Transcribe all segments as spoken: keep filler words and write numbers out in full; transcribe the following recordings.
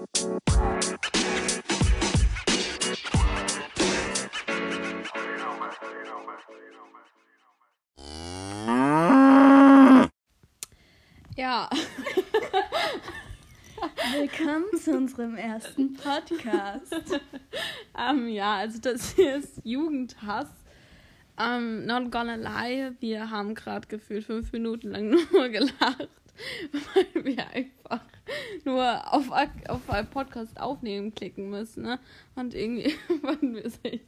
Ja. Willkommen zu unserem ersten Podcast. um, ja, also das hier ist Jugendhass. Um, not gonna lie, wir haben gerade gefühlt fünf Minuten lang nur gelacht, weil wir einfach nur auf, auf einen Podcast aufnehmen klicken müssen, ne? Und irgendwie fanden wir es echt.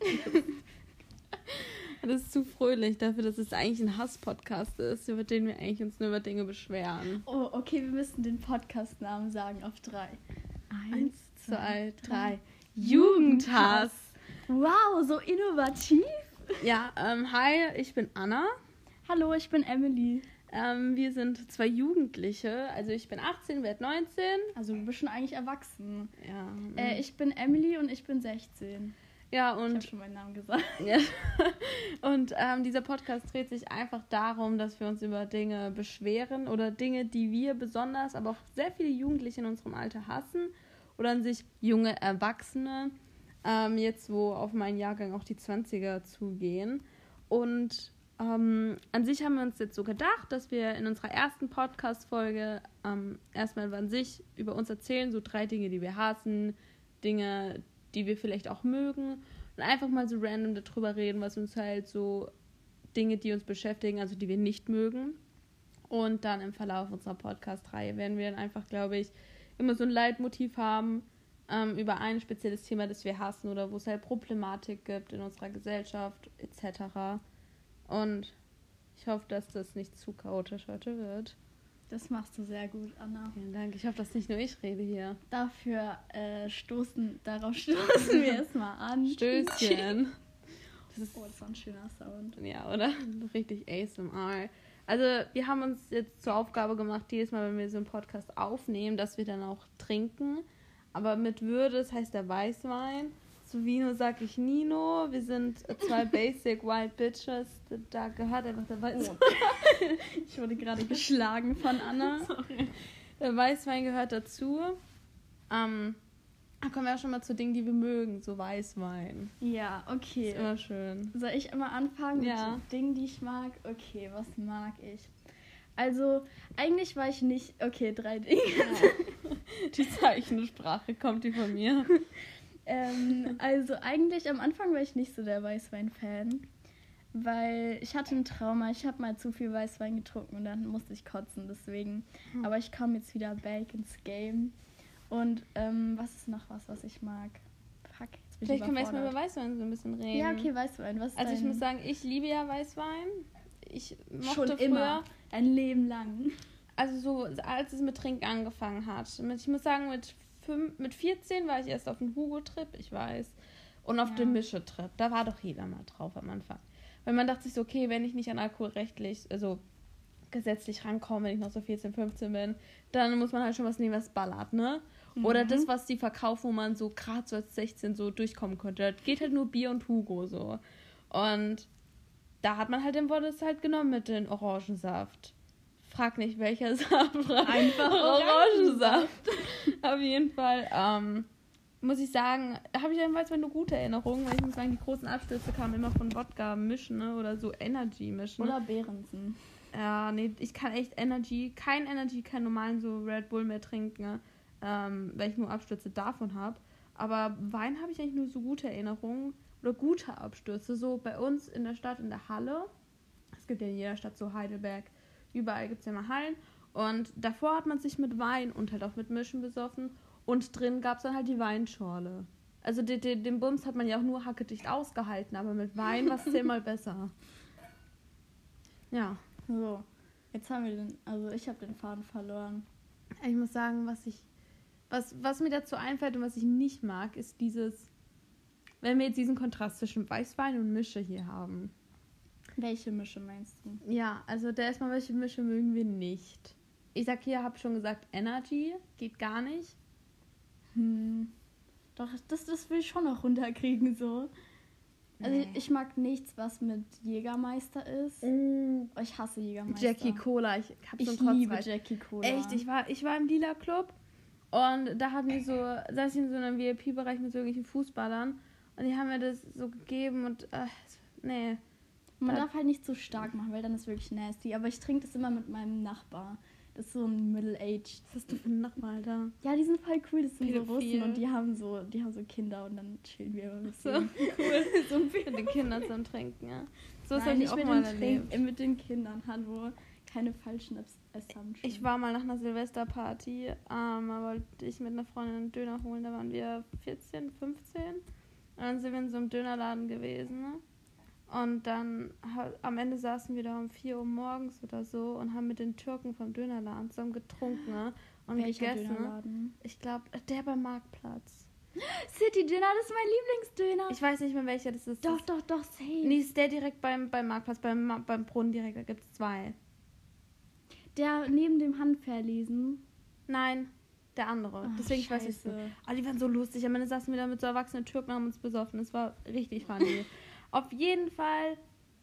Das ist zu fröhlich dafür, dass es eigentlich ein Hass-Podcast ist, über den wir eigentlich uns nur über Dinge beschweren. Oh, okay, wir müssen den Podcast-Namen sagen auf drei. Eins, zwei, drei. Jugendhass. Wow, so innovativ. Ja, ähm, hi, ich bin Anna. Hallo, ich bin Emily. Ähm, wir sind zwei Jugendliche, also ich bin achtzehn, werde neunzehn. Also du bist schon eigentlich erwachsen. Ja. Äh, ich bin Emily und ich bin sechzehn. Ja, und... Ich habe schon meinen Namen gesagt. Ja. Und ähm, dieser Podcast dreht sich einfach darum, dass wir uns über Dinge beschweren oder Dinge, die wir besonders, aber auch sehr viele Jugendliche in unserem Alter hassen oder an sich junge Erwachsene, ähm, jetzt wo auf meinen Jahrgang auch die zwanziger zugehen. Und ähm, an sich haben wir uns jetzt so gedacht, dass wir in unserer ersten Podcast-Folge ähm, erstmal an sich über uns erzählen, so drei Dinge, die wir hassen, Dinge, die wir vielleicht auch mögen und einfach mal so random darüber reden, was uns halt so Dinge, die uns beschäftigen, also die wir nicht mögen. Und dann im Verlauf unserer Podcast-Reihe werden wir dann einfach, glaube ich, immer so ein Leitmotiv haben ähm, über ein spezielles Thema, das wir hassen oder wo es halt Problematik gibt in unserer Gesellschaft et cetera. Und ich hoffe, dass das nicht zu chaotisch heute wird. Das machst du sehr gut, Anna. Vielen Dank. Ich hoffe, dass nicht nur ich rede hier. Dafür äh, stoßen, darauf stoßen wir erstmal an. Stößchen. Das ist, oh, das war ein schöner Sound. Ja, oder? Richtig A S M R. Also wir haben uns jetzt zur Aufgabe gemacht, jedes Mal, wenn wir so einen Podcast aufnehmen, dass wir dann auch trinken. Aber mit Würde, das heißt der Weißwein. Zu Vino sage ich Nino. Wir sind zwei Basic Wild Bitches. Da gehört einfach der Weißwein. Oh. Ich wurde gerade geschlagen von Anna. Sorry. Der Weißwein gehört dazu. Ähm, da kommen wir auch schon mal zu Dingen, die wir mögen. So Weißwein. Ja, okay. Ist immer schön. Soll ich immer anfangen ja. mit Dingen, die ich mag? Okay, was mag ich? Also, eigentlich war ich nicht... Okay, drei Dinge. Ja. Die Zeichensprache kommt die von mir. ähm, also, eigentlich am Anfang war ich nicht so der Weißwein-Fan. Weil ich hatte ein Trauma. Ich habe mal zu viel Weißwein getrunken und dann musste ich kotzen. Deswegen. Hm. Aber ich komme jetzt wieder back ins Game. Und ähm, was ist noch was, was ich mag? Fuck, jetzt bin ich Vielleicht können wir erstmal über Weißwein so ein bisschen reden. Ja, okay, Weißwein. Was ist also dein... ich muss sagen, ich liebe ja Weißwein. Ich mochte Schon früher... immer. Ein Leben lang. Also so, als es mit Trinken angefangen hat. Ich muss sagen, mit, fünf, mit vierzehn war ich erst auf dem Hugo-Trip, ich weiß. Und auf ja. dem Mische-Trip. Da war doch jeder mal drauf am Anfang. Weil man dachte sich so, okay, wenn ich nicht an Alkohol rechtlich, also gesetzlich rankomme, wenn ich noch so vierzehn, fünfzehn bin, dann muss man halt schon was nehmen, was ballert, ne? Mhm. Oder das, was die verkaufen, wo man so gerade so als sechzehn so durchkommen könnte. Das geht halt nur Bier und Hugo so. Und da hat man halt den Wort halt genommen mit dem Orangensaft. Frag nicht, welcher Saft. Einfach Orangensaft. Auf jeden Fall, ähm, muss ich sagen, da habe ich an Weißwein eine gute Erinnerung, weil ich muss sagen, die großen Abstürze kamen immer von Wodka mischen, ne? Oder so Energy mischen. Oder Behrensen. Ja, nee, ich kann echt Energy, kein Energy, keinen normalen so Red Bull mehr trinken, ne? ähm, weil ich nur Abstürze davon habe. Aber Wein habe ich eigentlich nur so gute Erinnerungen oder gute Abstürze. So bei uns in der Stadt, in der Halle. Es gibt ja in jeder Stadt so Heidelberg. Überall gibt es ja mal Hallen. Und davor hat man sich mit Wein und halt auch mit Mischen besoffen. Und drin gab es dann halt die Weinschorle. Also den, den, den Bums hat man ja auch nur hackedicht ausgehalten. Aber mit Wein war es zehnmal besser. Ja. So, jetzt haben wir den... Also ich habe den Faden verloren. Ich muss sagen, was ich... Was, was mir dazu einfällt und was ich nicht mag, ist dieses... Wenn wir jetzt diesen Kontrast zwischen Weißwein und Mische hier haben. Welche Mische meinst du? Ja, also da erstmal, welche Mische mögen wir nicht? Ich sag hier, habe schon gesagt, Energy geht gar nicht. Hm. Doch, das, das will ich schon noch runterkriegen, so. Also nee. ich mag nichts, was mit Jägermeister ist. Mm. Ich hasse Jägermeister. Jackie Cola, ich hab so Ich einen liebe Kotzreiz. Jackie Cola. Echt, ich war, ich war im Lila Club Und da hatten die so, saß ich in so einem V I P-Bereich mit so irgendwelchen Fußballern und die haben mir das so gegeben und äh, nee. Man darf halt nicht so stark machen, weil dann ist wirklich nasty. Aber ich trinke das immer mit meinem Nachbar. Das ist so ein Middle-Aged. Was hast du für einen Nachbar, Alter? Ja, die sind voll cool. Das sind Pädophil. so Russen und die haben so, die haben so Kinder und dann chillen wir immer mit So, denen. cool. So mit den Kindern zum Trinken, ja. So Nein, habe ich nicht auch mit mal den erlebt. Trink- mit den Kindern. Hallo. Keine falschen Assumptions. Ich war mal nach einer Silvesterparty, ähm, da wollte ich mit einer Freundin einen Döner holen, da waren wir vierzehn, fünfzehn. Und dann sind wir in so einem Dönerladen gewesen, ne? Und dann ha- am Ende saßen wir da um vier Uhr morgens oder so und haben mit den Türken vom Dönerladen zusammen getrunken, ne? Und Welcher gegessen. Ne? Dönerladen? Ich glaube, der beim Marktplatz. City Döner, das ist mein Lieblingsdöner. Ich weiß nicht mehr, welcher das ist. Doch, das doch, doch, safe. Nee, ist der direkt beim, beim Marktplatz, beim, Ma- beim Brunnen direkt, da gibt es zwei. Der neben dem Handverlesen. Nein, der andere. Oh, Deswegen ich weiß ich scheiße. so. Aber die waren so lustig. Am Ende saßen wir da mit so erwachsenen Türken und haben uns besoffen. Das war richtig funny. Auf jeden Fall.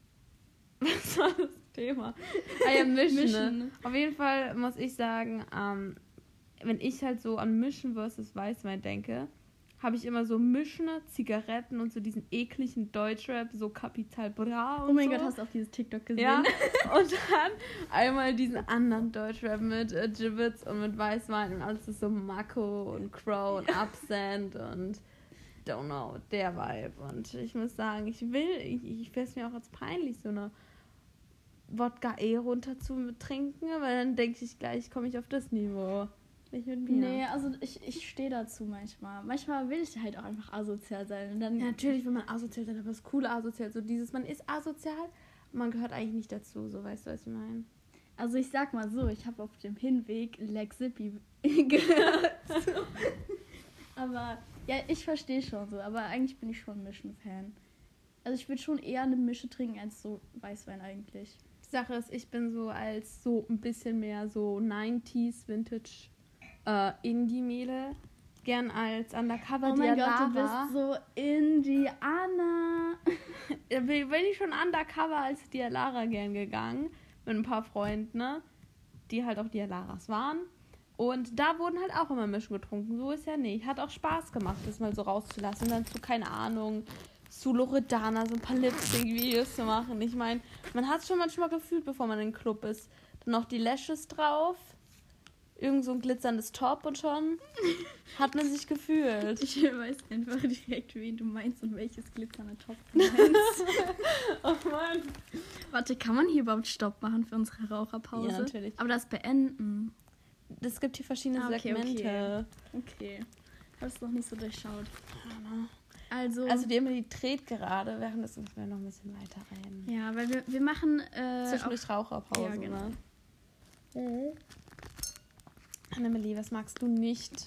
Was war das Thema? Ah ja, Mischen. Mischen. Ne? Auf jeden Fall muss ich sagen, ähm, wenn ich halt so an Mischen versus Weißwein denke, habe ich immer so Mischen, Zigaretten und so diesen ekligen Deutschrap, so Capital Bra und Oh mein so. Gott, hast du auch dieses TikTok gesehen? Ja, und dann einmal diesen anderen Deutschrap mit äh, Gibbets und mit Weißwein und alles ist so Mako und Crow und Absent und don't know, der Vibe. Und ich muss sagen, ich will, ich, ich wäre es mir auch als peinlich, so eine Wodka eh runter zu trinken, weil dann denke ich gleich, komme ich auf das Niveau. Nicht mit mir. Nee, also ich, ich stehe dazu manchmal. Manchmal will ich halt auch einfach asozial sein. Und dann Ja, natürlich will man asozial sein, aber das coole asozial, so dieses, man ist asozial, man gehört eigentlich nicht dazu, so weißt du, was ich meine. Also ich sag mal so, ich habe auf dem Hinweg Lex Zippy gehört. So. Aber ja, ich verstehe schon so, aber eigentlich bin ich schon Mischen-Fan. Also ich würde schon eher eine Mische trinken als so Weißwein eigentlich. Die Sache ist, ich bin so als so ein bisschen mehr so neunziger Vintage äh, Indie-Mädel, gern als Undercover Oh mein Dialara. Gott, du bist so Indiana. Da bin bin ich schon Undercover als Dialara gern gegangen, mit ein paar Freunden, ne? Die halt auch Dialaras waren. Und da wurden halt auch immer Mischen getrunken, so ist ja nicht. Hat auch Spaß gemacht, das mal so rauszulassen. Und dann zu, keine Ahnung, zu Loredana so ein paar Lip-Sync-Videos zu machen. Ich meine, man hat es schon manchmal gefühlt, bevor man in den Club ist. Dann noch die Lashes drauf, irgend so ein glitzerndes Top und schon hat man sich gefühlt. Ich weiß einfach direkt, wen du meinst und welches glitzernde Top du meinst. Oh Mann. Warte, kann man hier überhaupt Stopp machen für unsere Raucherpause? Ja, natürlich. Aber das beenden. Es gibt hier verschiedene Ah, okay, Segmente. Okay. Hab's noch nicht so durchschaut. Also, Also die Emily dreht gerade, währenddessen müssen wir noch ein bisschen weiter reden. ja, weil wir, wir machen äh, Zwischendurch Raucherpause, Ja, genau. ne? Mhm. Annelie, was magst du nicht?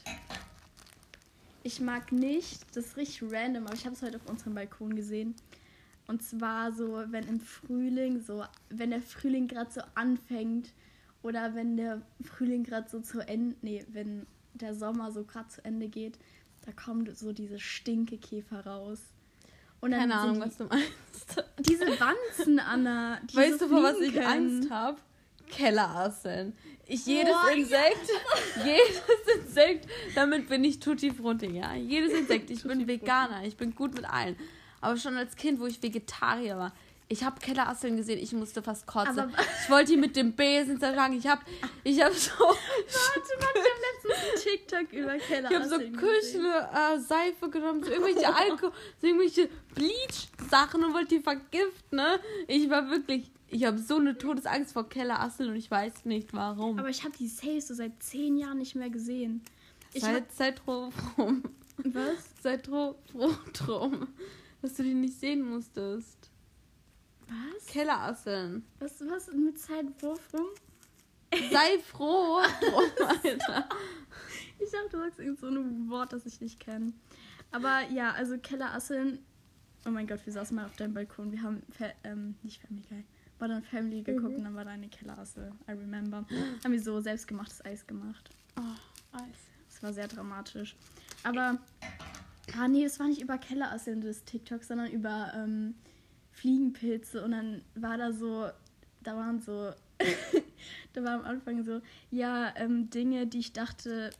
Ich mag nicht, das ist richtig random, aber ich habe es heute auf unserem Balkon gesehen. Und zwar so, wenn im Frühling so, wenn der Frühling gerade so anfängt oder wenn der Frühling gerade so zu Ende, nee, wenn der Sommer so gerade zu Ende geht, da kommen so diese Stinkekäfer raus. Und dann Keine Ahnung, sind was du meinst. die, diese Wanzen, Anna. Die Weißt so du, vor was fliegen ich können. Angst habe? Kellerasseln. Ich jedes Boah, Insekt, jedes Insekt, damit bin ich tutti frutti, ja. Jedes Insekt. Ich bin Tutti Veganer, ich bin gut mit allen. Aber schon als Kind, wo ich Vegetarier war, ich habe Kellerasseln gesehen, ich musste fast kotzen. Aber- ich wollte die mit dem Besen zerschlagen. Ich habe ich hab so... Warte, warte, ich habe letztens einen TikTok über Keller. Ich habe so Küchen, äh, Seife genommen, so irgendwelche Alkohol, so irgendwelche Bleach-Sachen und wollte die vergiften, ne? Ich war wirklich, ich habe so eine Todesangst vor Kellerasseln und ich weiß nicht warum. Aber ich habe die Safe so seit zehn Jahren nicht mehr gesehen. Ich Seid, seid froh drum. Was? Seid froh, froh drum, dass du die nicht sehen musstest. Was? Kellerasseln. Was, was mit Zeitwurf rum? Sei froh drum, Alter. Ich dachte, du sagst irgend so ein Wort, das ich nicht kenne. Aber ja, also Kellerasseln. Oh mein Gott, wir saßen mal auf deinem Balkon. Wir haben, Fa- ähm, nicht Family Guy, war dann Family geguckt Mhm. und dann war da eine Kellerassel. I remember. Haben wir so selbstgemachtes Eis gemacht. Oh, Eis. Das war sehr dramatisch. Aber, ah nee, es war nicht über Kellerasseln des TikTok, sondern über ähm, Fliegenpilze. Und dann war da so, da waren so, da war am Anfang so, ja, ähm, Dinge, die ich dachte,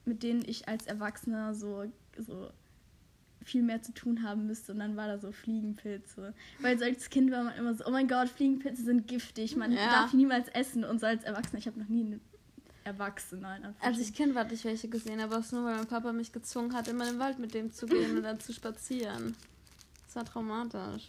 mit denen ich als Erwachsener so, so viel mehr zu tun haben müsste. Und dann war da so Fliegenpilze. Weil so als Kind war man immer so, oh mein Gott, Fliegenpilze sind giftig, man ja. darf die niemals essen. Und so als Erwachsener, ich habe noch nie einen Erwachsener. Als ich Kind hatte ich welche gesehen, aber es nur, weil mein Papa mich gezwungen hat, immer in den Wald mit dem zu gehen und dann zu spazieren. Das war traumatisch.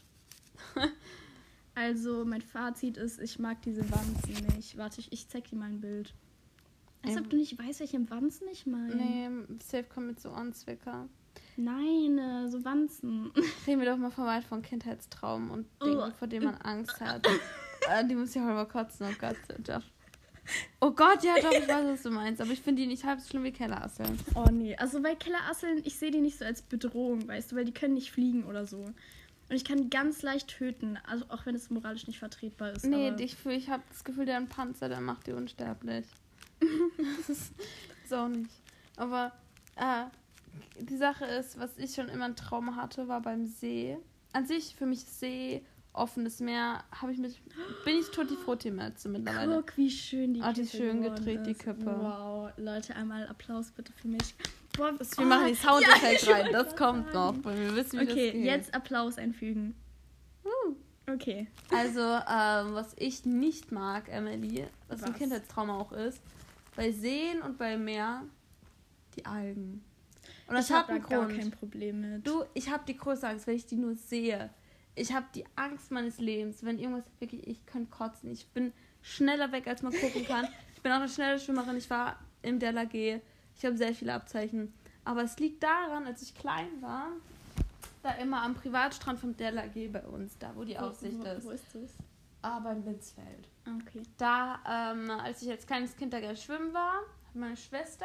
Also, mein Fazit ist, ich mag diese Wanzen nicht. Warte, ich, ich zeig dir mal ein Bild. Als ähm, ob du nicht weißt, welche Wanzen ich meine. Nee, safe kommt mit so Ohrenzwicker. Nein, äh, so Wanzen. Reden wir doch mal vorbei von Kindheitstraumen und Dingen, oh. vor denen man Angst hat. äh, die muss ich auch mal kotzen, oh Gott. Doch. Oh Gott, ja doch, ich weiß, was du meinst, aber ich finde die nicht halb so schlimm wie Kellerasseln. Oh nee, also bei Kellerasseln, ich sehe die nicht so als Bedrohung, weißt du, weil die können nicht fliegen oder so. Und ich kann die ganz leicht töten, also auch wenn es moralisch nicht vertretbar ist. Nee, aber ich, ich habe das Gefühl, der hat einen Panzer, der macht die unsterblich. Das ist so nicht. Aber äh, die Sache ist, was ich schon immer ein Trauma hatte, war beim See. An sich, für mich See, offenes Meer, habe ich mich, bin ich Tutti Frutti mit mittlerweile. Guck, wie schön die Kippe ist. Oh, die schön gedreht, ist. Die Kippe. Wow, Leute, einmal Applaus bitte für mich. Boah, wir oh, machen die Soundeffekte ja, rein, das kommt sagen. Noch, weil wir wissen, wie okay, das geht. Jetzt Applaus einfügen. Uh. Okay. Also, ähm, was ich nicht mag, Emily, was, was ein Kindheitstrauma auch ist, bei Seen und bei Meer, die Algen. Und das ich hat habe da gar kein Problem mit. Du, ich habe die größte Angst, wenn ich die nur sehe. Ich habe die Angst meines Lebens, wenn irgendwas wirklich, ich kann kotzen. Ich bin schneller weg, als man gucken kann. Ich bin auch eine schnelle Schwimmerin. Ich war im D L R G. Ich habe sehr viele Abzeichen. Aber es liegt daran, als ich klein war, da immer am Privatstrand vom D L R G bei uns, da wo die Aussicht wo, ist. Wo ist das? Aber in Binsfeld. Okay. Da, ähm, als ich als kleines Kind da gerne schwimmen war, hat meine Schwester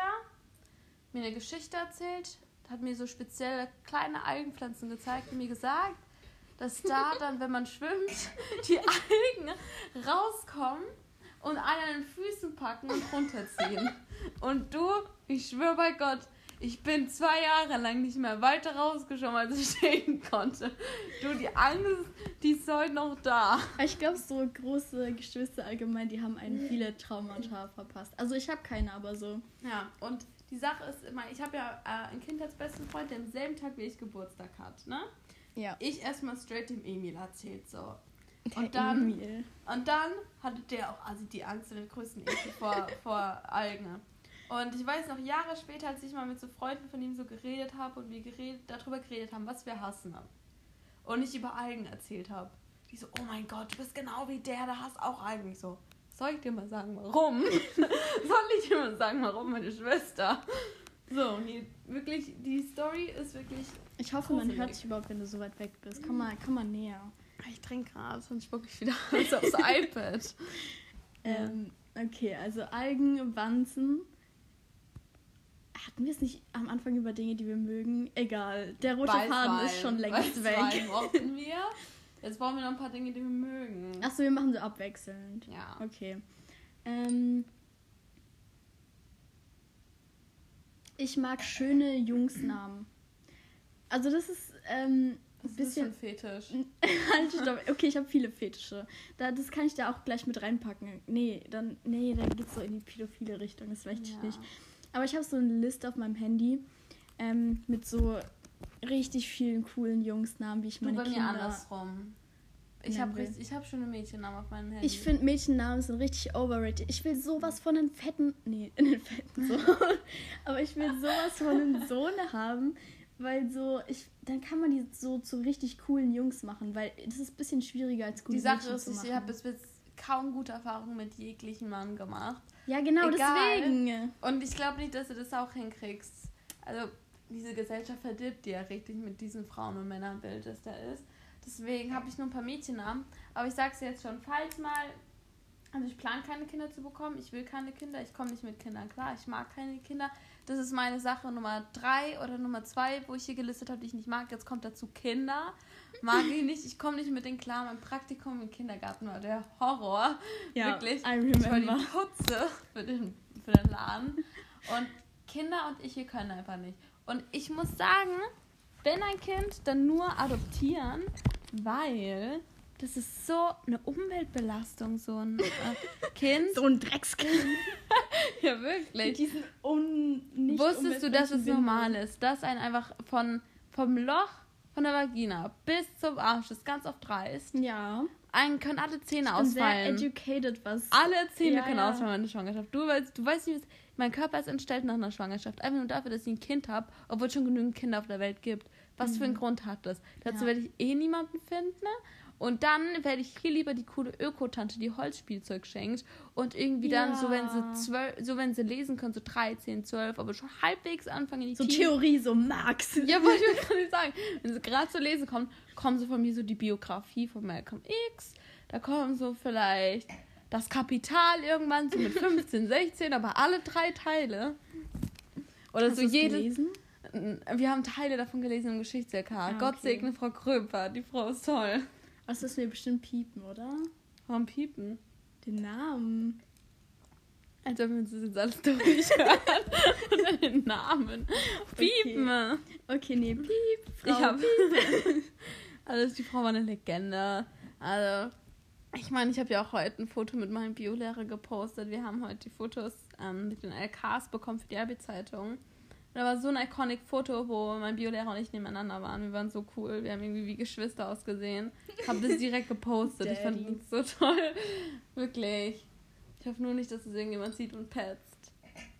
mir eine Geschichte erzählt, hat mir so spezielle kleine Algenpflanzen gezeigt und mir gesagt, dass da dann, wenn man schwimmt, die Algen rauskommen und einen an den Füßen packen und runterziehen. Und du, ich schwöre bei Gott, ich bin zwei Jahre lang nicht mehr weiter rausgeschwommen, als ich stehen konnte. Du, die Angst, die ist heute noch da. Ich glaube, so große Geschwister allgemein, die haben einen viele Traumata verpasst. Also ich habe keine, aber so. Ja, und die Sache ist immer, ich habe ja äh, einen Kindheitsbesten Freund, der am selben Tag wie ich Geburtstag hat, ne? Ja. Ich erstmal straight dem Emil erzählt, so. Der und dann, Emil. Und dann hatte der auch also die Angst und den größten Ekel vor, vor Algen. Und ich weiß noch, Jahre später, als ich mal mit so Freunden von ihm so geredet habe und wir geredet, darüber geredet haben, was wir hassen haben. Und ich über Algen erzählt habe. Die so, oh mein Gott, du bist genau wie der, der hasst auch Algen. Ich so, soll ich dir mal sagen, warum? Soll ich dir mal sagen, warum, meine Schwester? So, nee, wirklich, die Story ist wirklich... Ich hoffe, gruselig. Man hört dich überhaupt, wenn du so weit weg bist. Komm mal, komm mal näher. Ich trinke gerade, sonst spuck ich wieder alles aufs iPad. ähm, okay, also Algen, Wanzen. Hatten wir es nicht am Anfang über Dinge, die wir mögen? Egal, der rote Weißwein. Faden ist schon längst weg. Weißwein mochten wir. Jetzt brauchen wir noch ein paar Dinge, die wir mögen. Achso, wir machen so abwechselnd. Ja. Okay. Ähm, ich mag schöne Jungsnamen. Also das ist ähm, ein bisschen... Das ist ein Fetisch. Halt, stopp. Okay, ich habe viele Fetische. Da, das kann ich da auch gleich mit reinpacken. Nee, dann, nee, dann geht's so in die pädophile Richtung. Das möchte ich ja. nicht. Aber ich habe so eine Liste auf meinem Handy ähm, mit so richtig vielen coolen Jungsnamen, wie ich meine du, bei Kinder... mir andersrum. Ich habe hab schon einen Mädchennamen auf meinem Handy. Ich finde Mädchennamen sind richtig overrated. Ich will sowas von einem fetten... Nee, einen fetten Sohn. Aber ich will sowas von einem Sohn haben, weil so... ich dann kann man die so zu richtig coolen Jungs machen, weil das ist ein bisschen schwieriger als gute Mädchen zu machen. Die Sache ist, ich habe bis jetzt kaum gute Erfahrungen mit jeglichen Mann gemacht. Ja, genau, Egal. deswegen. Und ich glaube nicht, dass du das auch hinkriegst. Also, diese Gesellschaft verdirbt dir ja richtig mit diesem Frauen- und Männerbild, das da ist. Deswegen habe ich nur ein paar Mädchennamen. Aber ich sage es jetzt schon, falls mal... Also ich plane keine Kinder zu bekommen. Ich will keine Kinder. Ich komme nicht mit Kindern klar. Ich mag keine Kinder. Das ist meine Sache Nummer drei oder Nummer zwei, wo ich hier gelistet habe, die ich nicht mag. Jetzt kommt dazu Kinder. Mag ich nicht. Ich komme nicht mit denen klar. Mein Praktikum im Kindergarten war der Horror. Ja, wirklich. I remember. Ich war die Putze für den, für den Laden. Und Kinder und ich, wir können einfach nicht. Und ich muss sagen, wenn ein Kind, dann nur adoptieren, weil... Das ist so eine Umweltbelastung, so ein äh, Kind. So ein Dreckskind. Ja, wirklich. Die sind un nicht Wusstest du, dass es Windeln. normal ist, dass ein einfach von vom Loch von der Vagina bis zum Arsch das ganz oft reißt? Ja. Einen können alle Zähne Ich bin ausfallen. sehr educated, was... Alle Zähne Ja, können ja. ausfallen in der Schwangerschaft. Du weißt, du weißt nicht, mein Körper ist entstellt nach einer Schwangerschaft. Einfach nur dafür, dass ich ein Kind habe, obwohl es schon genügend Kinder auf der Welt gibt. Was für einen Grund hat das? Dazu Ja. werde ich eh niemanden finden. Ne? Und dann werde ich viel lieber die coole Öko-Tante, die Holzspielzeug schenkt. Und irgendwie dann, Ja. so wenn sie zwölf, so wenn sie lesen können, so dreizehn, zwölf, aber schon halbwegs anfangen in die So Teen- Theorie, so Max. Ja, wollte ich gerade sagen. Wenn sie gerade zu lesen kommen, kommen so von mir so die Biografie von Malcolm X. Da kommen so vielleicht das Kapital irgendwann, so mit fünfzehn, sechzehn, aber alle drei Teile. Oder Hast so du's jede. gelesen? Wir haben Teile davon gelesen im Geschichts-L K. Ah, Gott okay. segne Frau Kröper, die Frau ist toll. Das ist mir bestimmt piepen, oder? Warum piepen? Den Namen. Als ob wir uns das jetzt alles durchhören. Oder den Namen. Piepen. Okay, nee, piep. Frau Ich hab, Piep. also die Frau war eine Legende. Also, ich meine, ich habe ja auch heute ein Foto mit meinem Biolehrer gepostet. Wir haben heute die Fotos ähm, mit den L Ks bekommen für die R B-Zeitung. Da war so ein iconic Foto, wo mein Biolehrer und ich nebeneinander waren. Wir waren so cool. Wir haben irgendwie wie Geschwister ausgesehen. Hab das direkt gepostet. Ich fand Daddy. das so toll. Wirklich. Ich hoffe nur nicht, dass es irgendjemand sieht und petzt.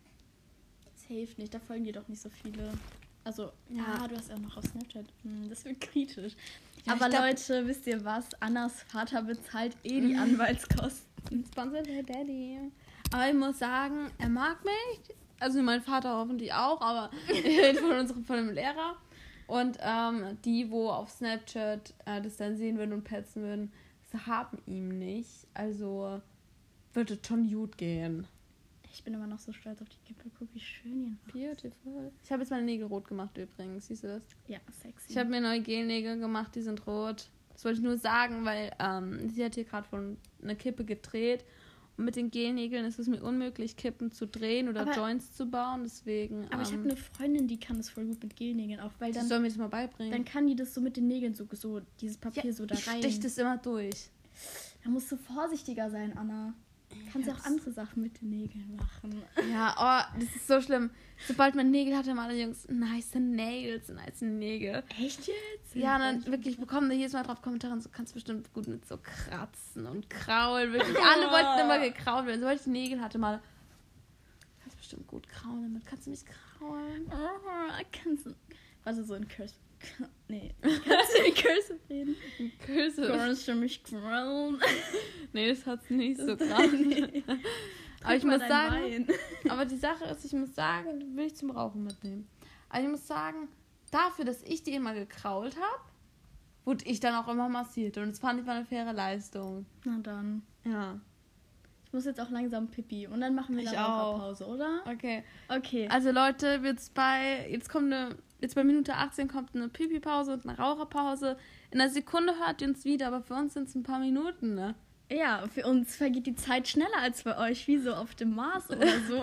Safe nicht, da folgen dir doch nicht so viele. Also, Ja. ah, du hast ja auch noch auf Snapchat. Hm, das wird kritisch. Ja, Aber ich glaub- Leute, wisst ihr was? Annas Vater bezahlt eh die Anwaltskosten. Sponsored by Daddy. Aber ich muss sagen, er mag mich. Also mein Vater hoffentlich auch, aber ich rede von unserem von dem Lehrer. Und ähm, die, wo auf Snapchat äh, das dann sehen würden und petzen würden, sie haben ihm nicht. Also wird es schon gut gehen. Ich bin immer noch so stolz auf die Kippe. Guck, wie schön die noch. Beautiful. Ich habe jetzt meine Nägel rot gemacht übrigens. Siehst du das? Ja, sexy. Ich habe mir neue Gelnägel gemacht, die sind rot. Das wollte ich nur sagen, weil ähm, sie hat hier gerade von einer Kippe gedreht. Und mit den Gelnägeln ist es mir unmöglich, Kippen zu drehen oder Aber- Joints zu bauen. Deswegen. Aber ich habe ähm, eine Freundin, die kann das voll gut mit Gelnägeln auch, weil die dann, soll mir das mal beibringen. dann kann die das so mit den Nägeln so, so dieses Papier ja, so da ich rein. stich das immer durch. Da musst du vorsichtiger sein, Anna. Kannst ja auch hab's- andere Sachen mit den Nägeln machen. Ja, oh, das ist so schlimm. Sobald man Nägel hat, haben alle Jungs nice Nails, nice Nägel. Echt jetzt? Ja, und dann wirklich bekommen da jedes Mal drauf Kommentare, so kannst du bestimmt gut mit so kratzen und kraulen. Wirklich, alle wollten immer gekrault werden. Sobald ich Nägel hatte, mal, kannst du bestimmt gut kraulen damit. Kannst du mich kraulen? Oh, kannst du... Warte, so in Curse... Nee, kannst du in Cursive reden? Küsse. Kannst du mich kraulen? Nee, das hat's nicht so krass. Nee. Aber ich Guck mal muss dein sagen, Bein. aber die Sache ist, ich muss sagen, die will ich zum Rauchen mitnehmen. Aber ich muss sagen, dafür, dass ich die immer gekrault habe, wurde ich dann auch immer massiert. Und das fand ich war eine faire Leistung. Na dann. Ja. Ich muss jetzt auch langsam pipi. Und dann machen wir Ich eine auch. Pause, oder? Okay. Okay. Also Leute, jetzt bei, jetzt kommt eine, jetzt bei Minute achtzehn kommt eine Pipi-Pause und eine Raucherpause. In einer Sekunde hört ihr uns wieder, aber für uns sind es ein paar Minuten, ne? Ja, für uns vergeht die Zeit schneller als bei euch, wie so auf dem Mars oder so.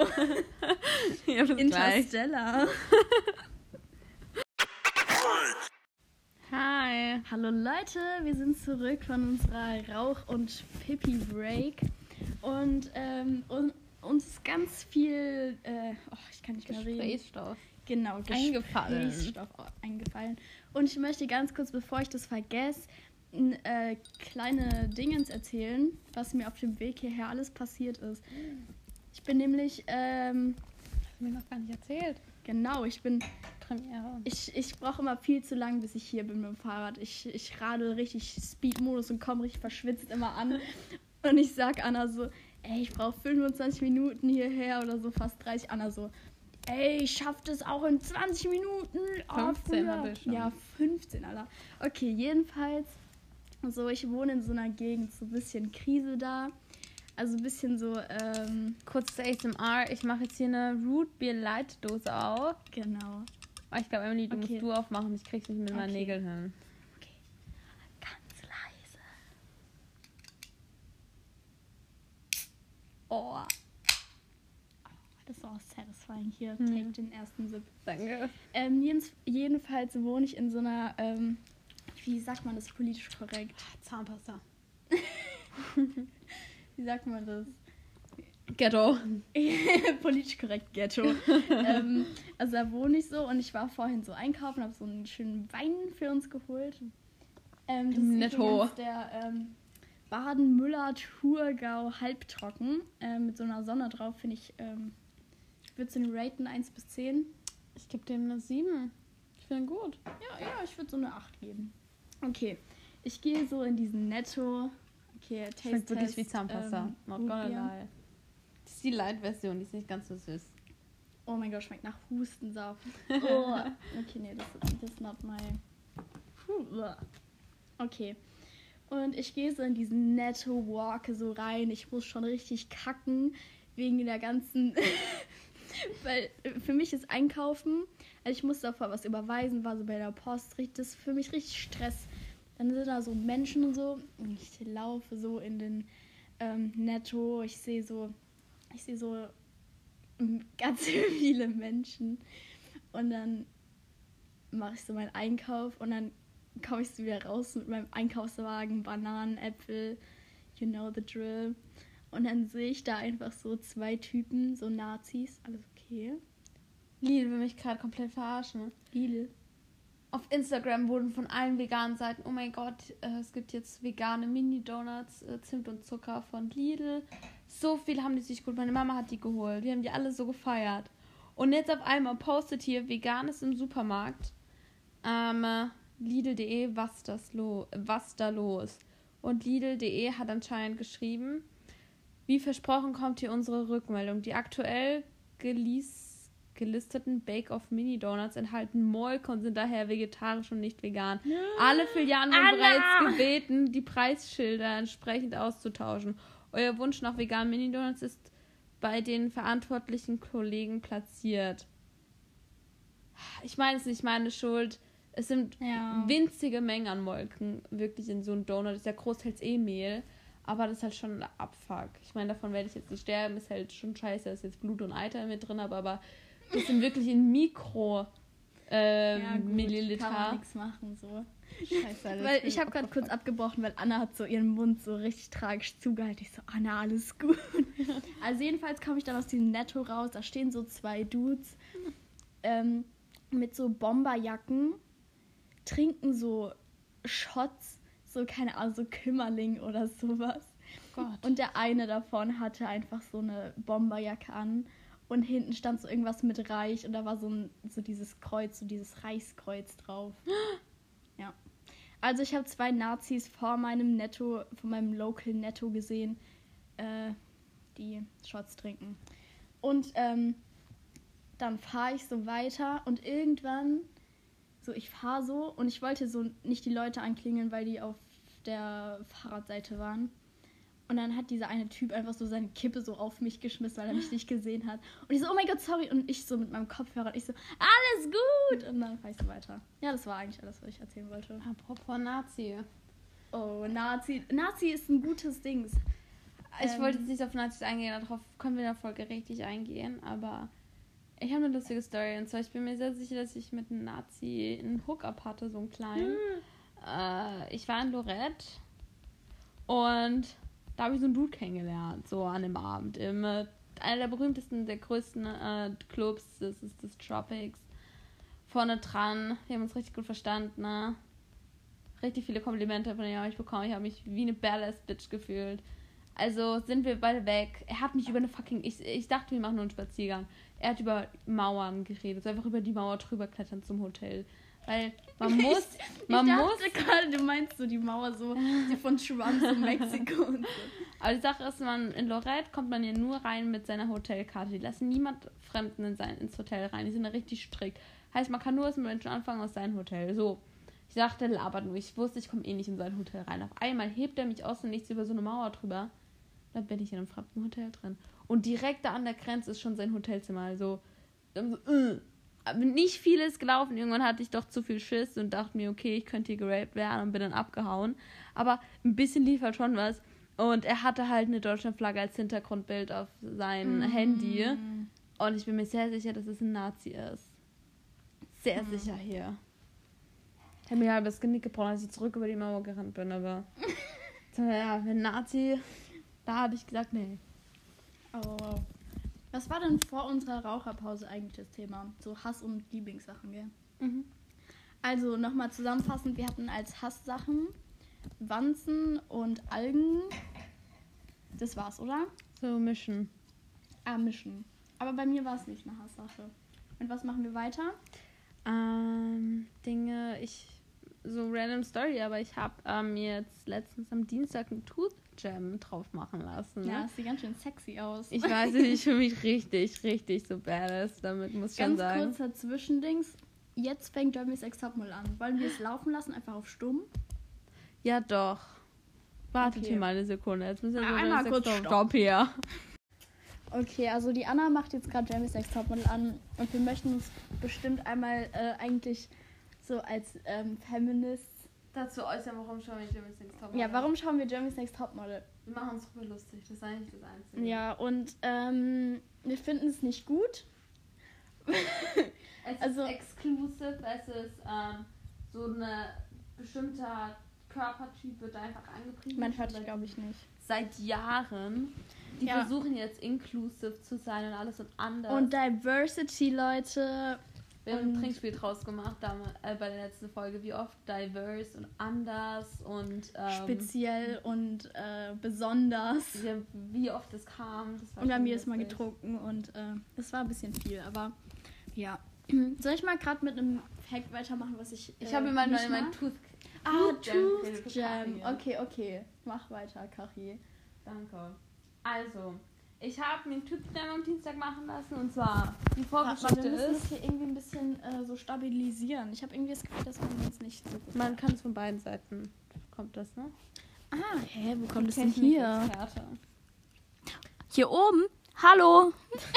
Ja, bis gleich. Interstellar. Hi. Hallo Leute, wir sind zurück von unserer Rauch- und Pipi-Break. Und ähm, un- uns ist ganz viel, äh, oh, ich kann nicht mehr reden. Gesprächsstoff. Genau, Eingefallen. Gesprächsstoff eingefallen. Und ich möchte ganz kurz, bevor ich das vergesse, n- äh, kleine Dingens erzählen, was mir auf dem Weg hierher alles passiert ist. Ich bin nämlich, ähm, Hast du mir noch gar nicht erzählt. genau, ich bin, Premiere. ich, ich brauche immer viel zu lang, bis ich hier bin mit dem Fahrrad. Ich, ich radel richtig Speed-Modus und komme richtig verschwitzt immer an. Und ich sag Anna so, ey, ich brauche fünfundzwanzig Minuten hierher oder so, fast dreißig. Anna so, ey, ich schaff das auch in zwanzig Minuten. Oh, fünfzehn früher. hatte ich schon. Ja, fünfzehn, Alter. Okay, jedenfalls, so, ich wohne in so einer Gegend, so ein bisschen Krise da. Also ein bisschen so, ähm, Kurzes A S M R. Ich mache jetzt hier eine Root Beer Light Dose auf. genau. Oh, ich glaube, Emily, du Okay. musst du aufmachen. Ich krieg's nicht mit meinen Okay. Nägeln hin. Okay, ganz leise. Oh, Das war auch satisfying. Hier, Hm. take den ersten Sip. danke. Ähm, jens, jedenfalls wohne ich in so einer, ähm, wie sagt man das politisch korrekt? Zahnpasta. Wie sagt man das? Ghetto. Politisch korrekt Ghetto. ähm, also da wohne ich so und ich war vorhin so einkaufen, habe so einen schönen Wein für uns geholt. Ähm, das Netto. ist der ähm, Baden-Müller-Thurgau halbtrocken ähm, mit so einer Sonne drauf, finde ich, ähm, ich würde es den raten eins bis zehn. Ich gebe dem eine sieben. Ich finde ihn gut. Ja, ja, ich würde so eine acht geben. Okay, ich gehe so in diesen Netto. Okay, Taste Schmeckt wirklich Test, wie Zahnpasta. ähm, Not gonna Rootbier. lie. Das ist die Light-Version, die ist nicht ganz so süß. Oh mein Gott, schmeckt nach Hustensaft. Oh. Okay, nee, das das ist not my... Okay. Und ich gehe so in diesen Netto-Walk so rein. Ich muss schon richtig kacken wegen der ganzen... Weil für mich ist Einkaufen, also ich musste davor was überweisen, war so bei der Post, das ist für mich richtig Stress. Dann sind da so Menschen und so und ich laufe so in den ähm, Netto, ich sehe so, ich sehe so ganz viele Menschen und dann mache ich so meinen Einkauf und dann komme ich so wieder raus mit meinem Einkaufswagen, Bananen, Äpfel, you know the drill. Und dann sehe ich da einfach so zwei Typen, so Nazis, alles okay. Lidl will mich gerade komplett verarschen. Lidl. Auf Instagram wurden von allen veganen Seiten, oh mein Gott, äh, es gibt jetzt vegane Mini-Donuts, äh, Zimt und Zucker von Lidl. So viel haben die sich geholt. Meine Mama hat die geholt. Wir haben die alle so gefeiert. Und jetzt auf einmal postet hier Veganes im Supermarkt. Ähm, Lidl punkt de, was, das lo- was da los? Und Lidl punkt de hat anscheinend geschrieben, wie versprochen kommt hier unsere Rückmeldung. Die aktuell gelies- gelisteten Bake-Off-Mini-Donuts enthalten Molke und sind daher vegetarisch und nicht vegan. Ja. Alle Filialen wurden bereits gebeten, die Preisschilder entsprechend auszutauschen. Euer Wunsch nach veganen Mini-Donuts ist bei den verantwortlichen Kollegen platziert. Ich meine, es ist nicht meine Schuld. Es sind ja. winzige Mengen an Molken wirklich in so einem Donut. Das ist ja großteils eh Mehl. Aber das ist halt schon ein Abfuck. Ich meine, davon werde ich jetzt nicht sterben. Ist halt schon scheiße, da ist jetzt Blut und Eiter mit drin. Aber, aber das sind wirklich in Mikro ähm, ja, gut, Milliliter. Kann man nichts machen, so. Scheiße, Alter, weil ich habe gerade kurz abgebrochen, weil Anna hat so ihren Mund so richtig tragisch zugehalten. Ich so, Anna, alles gut. Also jedenfalls komme ich dann aus diesem Netto raus. Da stehen so zwei Dudes ähm, mit so Bomberjacken, trinken so Shots. So, keine Ahnung, so Kümmerling oder sowas. Gott. Und der eine davon hatte einfach so eine Bomberjacke an. Und hinten stand so irgendwas mit Reich. Und da war so, ein, so dieses Kreuz, so dieses Reichskreuz drauf. Ja. Also ich habe zwei Nazis vor meinem Netto, von meinem Local Netto gesehen, äh, die Shots trinken. Und ähm, dann fahre ich so weiter. Und irgendwann... So, ich fahre so und ich wollte so nicht die Leute anklingeln, weil die auf der Fahrradseite waren. Und dann hat dieser eine Typ einfach so seine Kippe so auf mich geschmissen, weil er mich nicht gesehen hat. Und ich so, oh mein Gott, sorry. Und ich so mit meinem Kopfhörer, und ich so, alles gut. Und dann fahre ich so weiter. Ja, das war eigentlich alles, was ich erzählen wollte. Apropos Nazi. Oh, Nazi. Nazi ist ein gutes Ding. Ich Ähm, wollte jetzt nicht auf Nazis eingehen, darauf können wir in der Folge richtig eingehen, aber... Ich habe eine lustige Story, und zwar, ich bin mir sehr sicher, dass ich mit einem Nazi einen Hookup hatte, so einen kleinen. Mhm. Äh, ich war in Lorette und da habe ich so einen Dude kennengelernt, so an dem Abend. Im, äh, einer der berühmtesten, der größten äh, Clubs, das ist das Tropics. Vorne dran, wir haben uns richtig gut verstanden, ne? Richtig viele Komplimente von ihm habe ich bekommen, ich habe mich wie eine Badass-Bitch gefühlt. Also sind wir beide weg. Er hat mich über eine fucking... Ich, ich dachte, wir machen nur einen Spaziergang. Er hat über Mauern geredet. So einfach über die Mauer drüber klettern zum Hotel. Weil man muss... Ich, man ich muss dachte gerade, du meinst so die Mauer so, die von Trump in Mexiko und so. Aber die Sache ist, man in Lorette kommt man ja nur rein mit seiner Hotelkarte. Die lassen niemand Fremden in sein, ins Hotel rein. Die sind da richtig strikt. Heißt, man kann nur als Menschen anfangen aus seinem Hotel. So. Ich dachte, labert nur. Ich wusste, ich komme eh nicht in sein Hotel rein. Auf einmal hebt er mich aus und nichts über so eine Mauer drüber. Dann bin ich in einem fremden Hotel drin. Und direkt da an der Grenze ist schon sein Hotelzimmer. Also, so äh. Aber nicht viel ist gelaufen. Irgendwann hatte ich doch zu viel Schiss und dachte mir, okay, ich könnte hier geraped werden und bin dann abgehauen. Aber ein bisschen lief halt schon was. Und er hatte halt eine Deutschlandflagge als Hintergrundbild auf sein mm. Handy. Und ich bin mir sehr sicher, dass es ein Nazi ist. Sehr mm. sicher hier. Ich habe mir halt das Genick gebrochen, als ich zurück über die Mauer gerannt bin. Aber ja, wenn Nazi... Da hatte ich gesagt, nee. Oh, wow. Was war denn vor unserer Raucherpause eigentlich das Thema? So Hass- und Lieblingssachen, gell? Mhm. Also nochmal zusammenfassend, wir hatten als Hasssachen Wanzen und Algen. Das war's, oder? So mischen. Ah, mischen. Aber bei mir war es nicht eine Hasssache. Und was machen wir weiter? Ähm, Dinge, ich, so random Story, aber ich habe ähm, jetzt letztens am Dienstag einen Tooth Jam drauf machen lassen. Ne? Ja, das sieht ganz schön sexy aus. Ich weiß nicht, ich fühle mich richtig, richtig so badass damit, muss ich schon Ganz sagen. kurzer Zwischendings. Jetzt fängt Jeremy's Next Topmodel an. Wollen wir es laufen lassen, einfach auf stumm? Ja, doch. Wartet Okay. hier mal eine Sekunde. Jetzt müssen wir Ja, so einmal eine kurz Stopp. Stopp. Stopp hier. Okay, also die Anna macht jetzt gerade Jeremy's Next Topmodel an und wir möchten uns bestimmt einmal äh, eigentlich so als ähm, Feminists. Dazu äußern, warum schauen wir Jeremy's Next Topmodel? Ja, warum schauen wir Jeremy's Next Topmodel? Wir machen uns super lustig, das ist eigentlich das Einzige. Ja, und ähm, wir finden es nicht gut. Es Also- ist exclusive, es ist ähm, so eine bestimmter Körpertyp wird einfach angepriesen. Man hört Schon dich, glaube ich, nicht. Seit Jahren. Die Ja. versuchen jetzt inclusive zu sein und alles und anders. Und Diversity, Leute. wir haben ein und- Trinkspiel draus gemacht damals, äh, bei der letzten Folge, wie oft diverse und anders und ähm, Speziell und äh, besonders. ja, wie oft es kam. Das war Und wir haben schon jedes Mal lustig. getrunken und äh, es war ein bisschen viel, aber ja. Soll ich mal gerade mit einem Fact weitermachen, was ich. Ich äh, habe immer nicht mein mag? Tooth. Ah, Tooth Jam Tooth Jam. Kaffee. Okay, okay. Mach weiter, Kari. Danke. Also, ich habe mir einen Tooth Jam am Dienstag machen lassen und zwar die Warte, Vorgeschichte wir müssen ist, das hier irgendwie ein bisschen äh, so stabilisieren. Ich habe irgendwie das Gefühl, dass man uns nicht so gut. man kann es von beiden Seiten, kommt das, ne? Ah, hä, wo kommt das denn hier? Technikexperte. Hier oben? Hallo!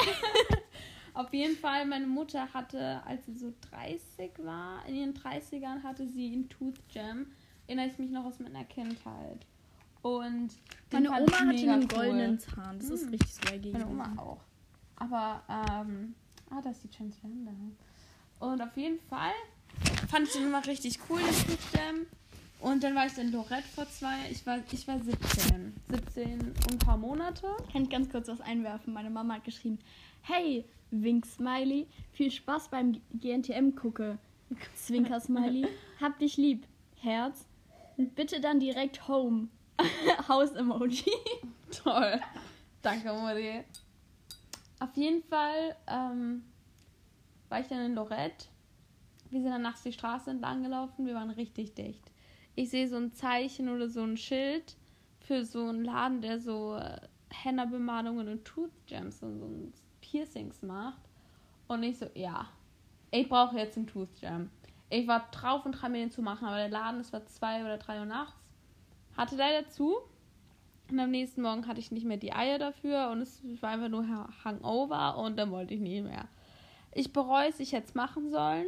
Auf jeden Fall, meine Mutter hatte, als sie so dreißig war, in ihren dreißigern hatte sie einen Tooth Jam. Erinnere ich mich noch aus meiner Kindheit. Und den Meine fand Oma ich hatte mega einen cool. goldenen Zahn. Das ist Hm. richtig swaggy. Meine gewesen. Oma auch. Aber, ähm, ah, da ist die Transgender. Und auf jeden Fall fand ich den immer richtig cool, den Tooth Jam. Und dann war ich in Lorette vor zwei, ich war, ich war siebzehn. siebzehn und ein paar Monate. Kann ich ganz kurz was einwerfen? Meine Mama hat geschrieben, hey, Wink Smiley, viel Spaß beim G N T M gucke. Zwinker Smiley, hab dich lieb. Herz, bitte dann direkt home. Haus-Emoji. Toll. Danke, Mutti. Auf jeden Fall ähm, war ich dann in Lorette. Wir sind dann nachts die Straße entlang gelaufen. Wir waren richtig dicht. Ich sehe so ein Zeichen oder so ein Schild für so einen Laden, der so äh, Henna-Bemalungen und Tooth Jams und so Piercings macht. Und ich so, ja, ich brauche jetzt einen Tooth Jam. Ich war drauf und dran, mir den zu machen, aber der Laden, es war zwei oder drei Uhr nachts, hatte leider zu. Und am nächsten Morgen hatte ich nicht mehr die Eier dafür und es war einfach nur Hangover und dann wollte ich nicht mehr. Ich bereue es, ich hätte es machen sollen.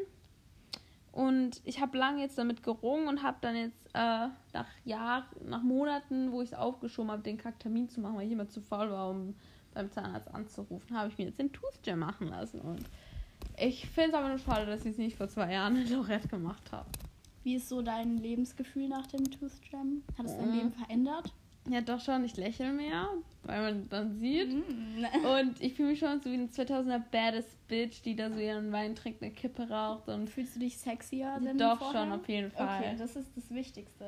Und ich habe lange jetzt damit gerungen und habe dann jetzt äh, nach Jahren, nach Monaten, wo ich es aufgeschoben habe, den Kacktermin zu machen, weil ich immer zu faul war, um beim Zahnarzt anzurufen, habe ich mir jetzt den Tooth Jam machen lassen. Und ich finde es aber nur schade, dass ich es nicht vor zwei Jahren in Lorette gemacht habe. Wie ist so dein Lebensgefühl nach dem Tooth Jam? Hat es dein Mhm. Leben verändert? Ja, doch schon, ich lächle mehr, weil man dann sieht. Mhm. Und ich fühle mich schon so wie eine zweitausender Badass Bitch, die da so ihren Wein trinkt, eine Kippe raucht und Fühlst du dich sexier denn doch vorher? schon auf jeden Fall. Okay, das ist das Wichtigste.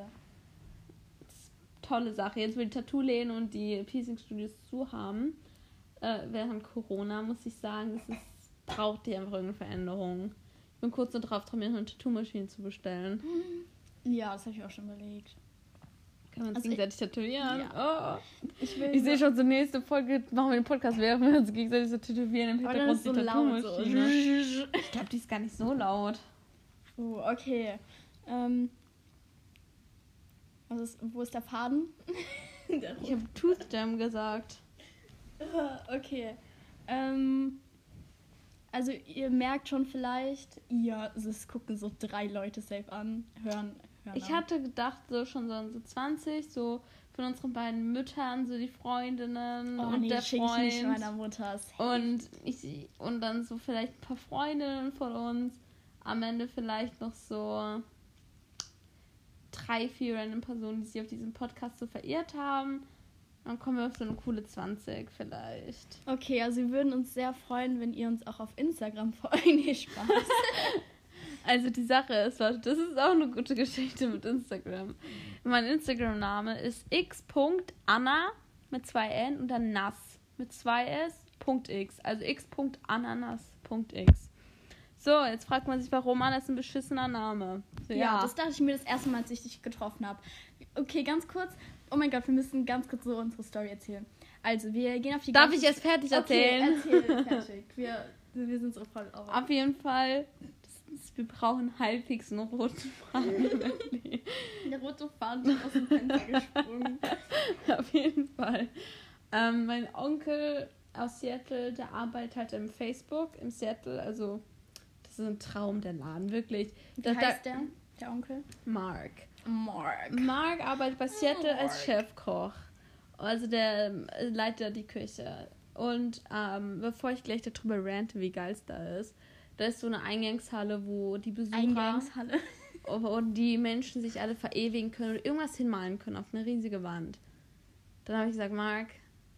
Tolle Sache. Jetzt, wo die Tattoo-Läden und die Piercing-Studios zu haben, äh, während Corona, muss ich sagen, es ist, braucht die einfach irgendeine Veränderung. Ich bin kurz so drauf, mir eine Tattoo-Maschine zu bestellen. Ja, das habe ich auch schon überlegt. Können wir uns Also gegenseitig tätowieren? Oh. Ich will Ich sehe schon, zur nächsten Folge machen wir den Podcast, während wir uns gegenseitig so tätowieren. Im Aber dann Hintergrund ist so die laut. So. Tattoo-Maschine. Ich glaube, die ist gar nicht so laut. Oh, okay. Ähm, was ist, wo ist der Faden? Der Ich habe Tooth Jam gesagt. Okay. Ähm, also ihr merkt schon vielleicht, ihr, es gucken so drei Leute safe an, hören, hören Ich an. hatte gedacht, so schon so, so zwanzig, so von unseren beiden Müttern, so die Freundinnen oh, und nee, der schick ich nicht Freund. meiner Mutter. safe. Und ich und dann so vielleicht ein paar Freundinnen von uns. Am Ende vielleicht noch so drei, vier random Personen, die sich auf diesem Podcast so verirrt haben. Dann kommen wir auf so eine coole zwanzig vielleicht. Okay, also wir würden uns sehr freuen, wenn ihr uns auch auf Instagram folgt. Nee, Spaß. Also die Sache ist, warte, das ist auch eine gute Geschichte mit Instagram. Mein Instagram-Name ist x.anna mit zwei N und dann nass mit zwei S, Punkt X. Also x.ananas.x. So, jetzt fragt man sich, warum Anna ist ein beschissener Name. So, ja, ja, das dachte ich mir das erste Mal, als ich dich getroffen habe. Okay, ganz kurz. Oh mein Gott, wir müssen ganz kurz so unsere Story erzählen. Also, wir gehen auf die... Darf ich jetzt fertig erzählen? Okay, erzähl fertig. Wir, wir sind so voll auf. Auf jeden Fall, das ist, wir brauchen halbwegs einen roten Faden. Der rote Faden ist aus dem Fenster gesprungen. Auf jeden Fall. Ähm, mein Onkel aus Seattle, der arbeitet halt im Facebook, im Seattle, also das ist ein Traum, der Laden, wirklich. Wie Da, heißt da, der, der Onkel? Mark. Mark. Mark arbeitet bei Seattle Mark. als Chefkoch. Also der ähm, leitet die Küche. Und ähm, bevor ich gleich darüber rante, wie geil es da ist, da ist so eine Eingangshalle, wo die Besucher Eingangshalle. und die Menschen sich alle verewigen können und irgendwas hinmalen können auf eine riesige Wand. Dann habe ich gesagt, Mark,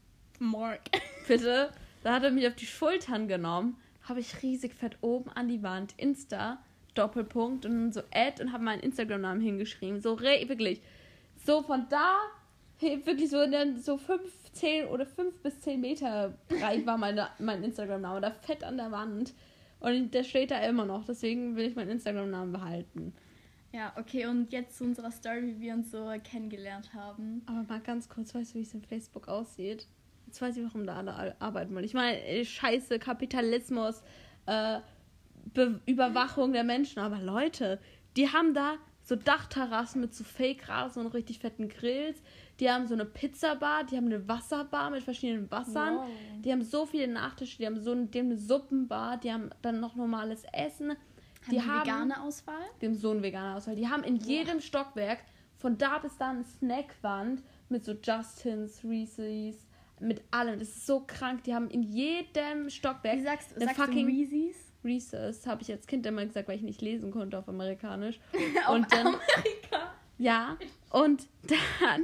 Mark. bitte. Da hat er mich auf die Schultern genommen, habe ich riesig fett oben an die Wand Insta, Doppelpunkt und dann so Ad und habe meinen Instagram-Namen hingeschrieben. So re- wirklich. So von da, hey, wirklich so, dann so fünf, zehn oder fünf bis zehn Meter breit war meine, mein Instagram-Name. Da fett an der Wand. Und der steht da immer noch. Deswegen will ich meinen Instagram-Namen behalten. Ja, okay, und jetzt zu unserer Story, wie wir uns so kennengelernt haben. Aber mal ganz kurz, weißt du, wie es in Facebook aussieht? Jetzt weiß ich, warum da alle arbeiten wollen. Ich meine, scheiße, Kapitalismus, äh, Be- Überwachung der Menschen. Aber Leute, die haben da so Dachterrassen mit so Fake-Rasen und richtig fetten Grills. Die haben so eine Pizzabar, die haben eine Wasserbar mit verschiedenen Wassern. Wow. Die haben so viele Nachtische, die haben so eine, die haben eine Suppenbar, die haben dann noch normales Essen. Die, die haben vegane Auswahl? Die haben so eine vegane Auswahl. Die haben in jedem Stockwerk von da bis da eine Snackwand mit so Justins, Reese's, mit allem. Das ist so krank. Die haben in jedem Stockwerk Wie sagst, eine sagst fucking du Reese's? Reese's. Habe ich als Kind immer gesagt, weil ich nicht lesen konnte auf Amerikanisch. auf und dann, Amerika? Ja, und dann...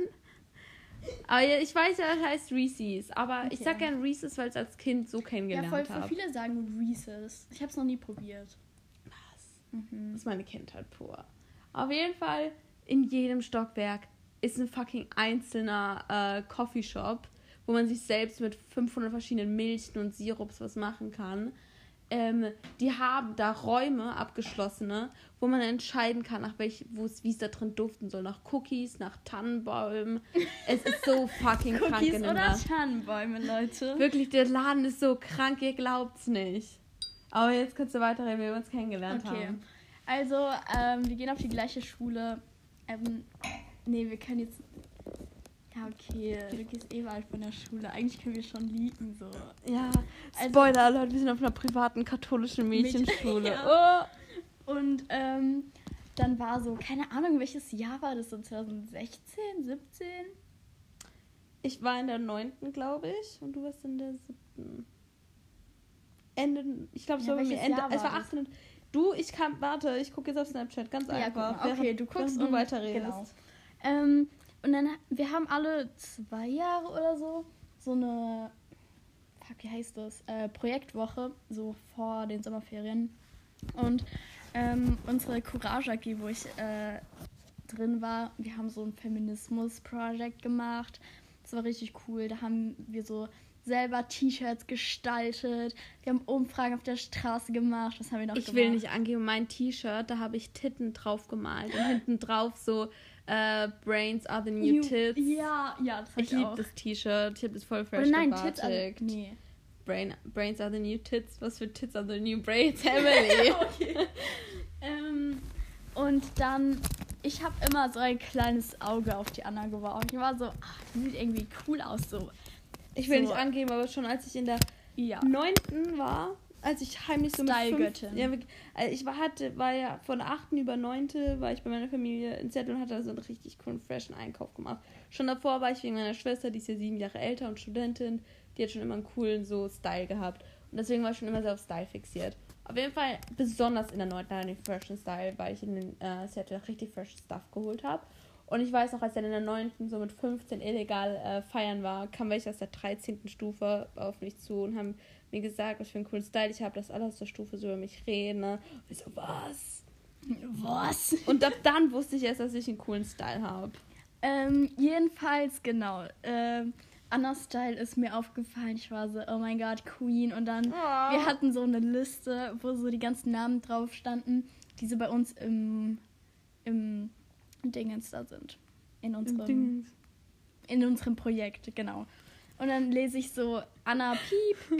Aber ja, ich weiß ja, das heißt Reese's. Aber Okay. ich sag gern Reese's, weil ich es als Kind so Ja, kennengelernt voll, habe. voll viele sagen Reese's. Ich habe es noch nie probiert. Was? Mhm. Das ist meine Kindheit pur. Auf jeden Fall, in jedem Stockwerk ist ein fucking einzelner äh, Coffeeshop, wo man sich selbst mit fünfhundert verschiedenen Milchen und Sirups was machen kann. Ähm, die haben da Räume, abgeschlossene, wo man entscheiden kann, nach welch, wo es, wie es da drin duften soll. Nach Cookies, nach Tannenbäumen. Es ist so fucking krank Cookies in dem oder Laden. Tannenbäume, Leute? Wirklich, der Laden ist so krank, ihr glaubt's nicht. Aber jetzt kannst du weiterreden, wie wir uns kennengelernt Okay. haben. Also, ähm, wir gehen auf die gleiche Schule. Ähm, nee, wir können jetzt... Ja, okay, du gehst eh bald von der Schule. Eigentlich können wir schon liegen, so. Ja, Also- Spoiler, Leute, wir sind auf einer privaten katholischen Mädchenschule. Ja. Und ähm, dann war so, keine Ahnung, welches Jahr war das? So zwanzig sechzehn, siebzehn? Ich war in der neunten, glaube ich, und du warst in der siebten. Ende, ich glaube, es Ja, war bei mir welches Ende, Jahr es war war das? achtzehn. Du, ich kann, warte, ich gucke jetzt auf Snapchat, ganz Ja, guck einfach. mal. Okay, während- du guckst während du und- weiterredest. genau. Ähm, und dann, wir haben alle zwei Jahre oder so so eine, fuck, wie heißt das, äh, Projektwoche, so vor den Sommerferien. Und ähm, unsere Courage A G, wo ich äh, drin war, wir haben so ein Feminismus-Projekt gemacht. Das war richtig cool. Da haben wir so selber T-Shirts gestaltet. Wir haben Umfragen auf der Straße gemacht. Was haben wir noch Ich gemacht? will nicht angeben, mein T-Shirt, da habe ich Titten drauf gemalt und hinten drauf so äh, Brains are the new tits. Ja, ja, das hab Ich ich, liebe auch. das T-Shirt, ich habe das voll fresh Oder nein, Tits are, gebartigt. nee. Brain, Brains are the new tits. Was für Tits are the new brains, Emily? Okay. ähm, und dann, ich habe immer so ein kleines Auge auf die Anna geworfen. Ich war so, ach, die sieht irgendwie cool aus. So. Ich will So. nicht angeben, aber schon als ich in der Ja. neunten war, als ich heimlich so mit fünf, Style-Göttin. ja, wirklich, also ich war, hatte, war ja von achten über neunte war ich bei meiner Familie in Seattle und hatte so einen richtig coolen, freshen Einkauf gemacht. Schon davor war ich wegen meiner Schwester, die ist ja sieben Jahre älter und Studentin, die hat schon immer einen coolen so Style gehabt. Und deswegen war ich schon immer sehr auf Style fixiert. Auf jeden Fall, besonders in der neunten hatte ich freshen Style, weil ich in den äh, Seattle richtig fresh Stuff geholt habe. Und ich weiß noch, als er in der neunten so mit fünfzehn illegal äh, feiern war, kam welche aus der dreizehnten Stufe auf mich zu und haben mir gesagt, was für einen coolen Style ich habe, dass alle aus der Stufe so über mich reden. Ne? Und ich so, was? Was? Und ab dann wusste ich erst, dass ich einen coolen Style habe. Ähm, jedenfalls, genau. Ähm, Annas Style ist mir aufgefallen. Ich war so, oh mein Gott, Queen. Und dann, Oh. wir hatten so eine Liste, wo so die ganzen Namen drauf standen, die so bei uns im, im Dingens da sind. In unserem, in unserem Projekt, genau. Und dann lese ich so Anna Piep,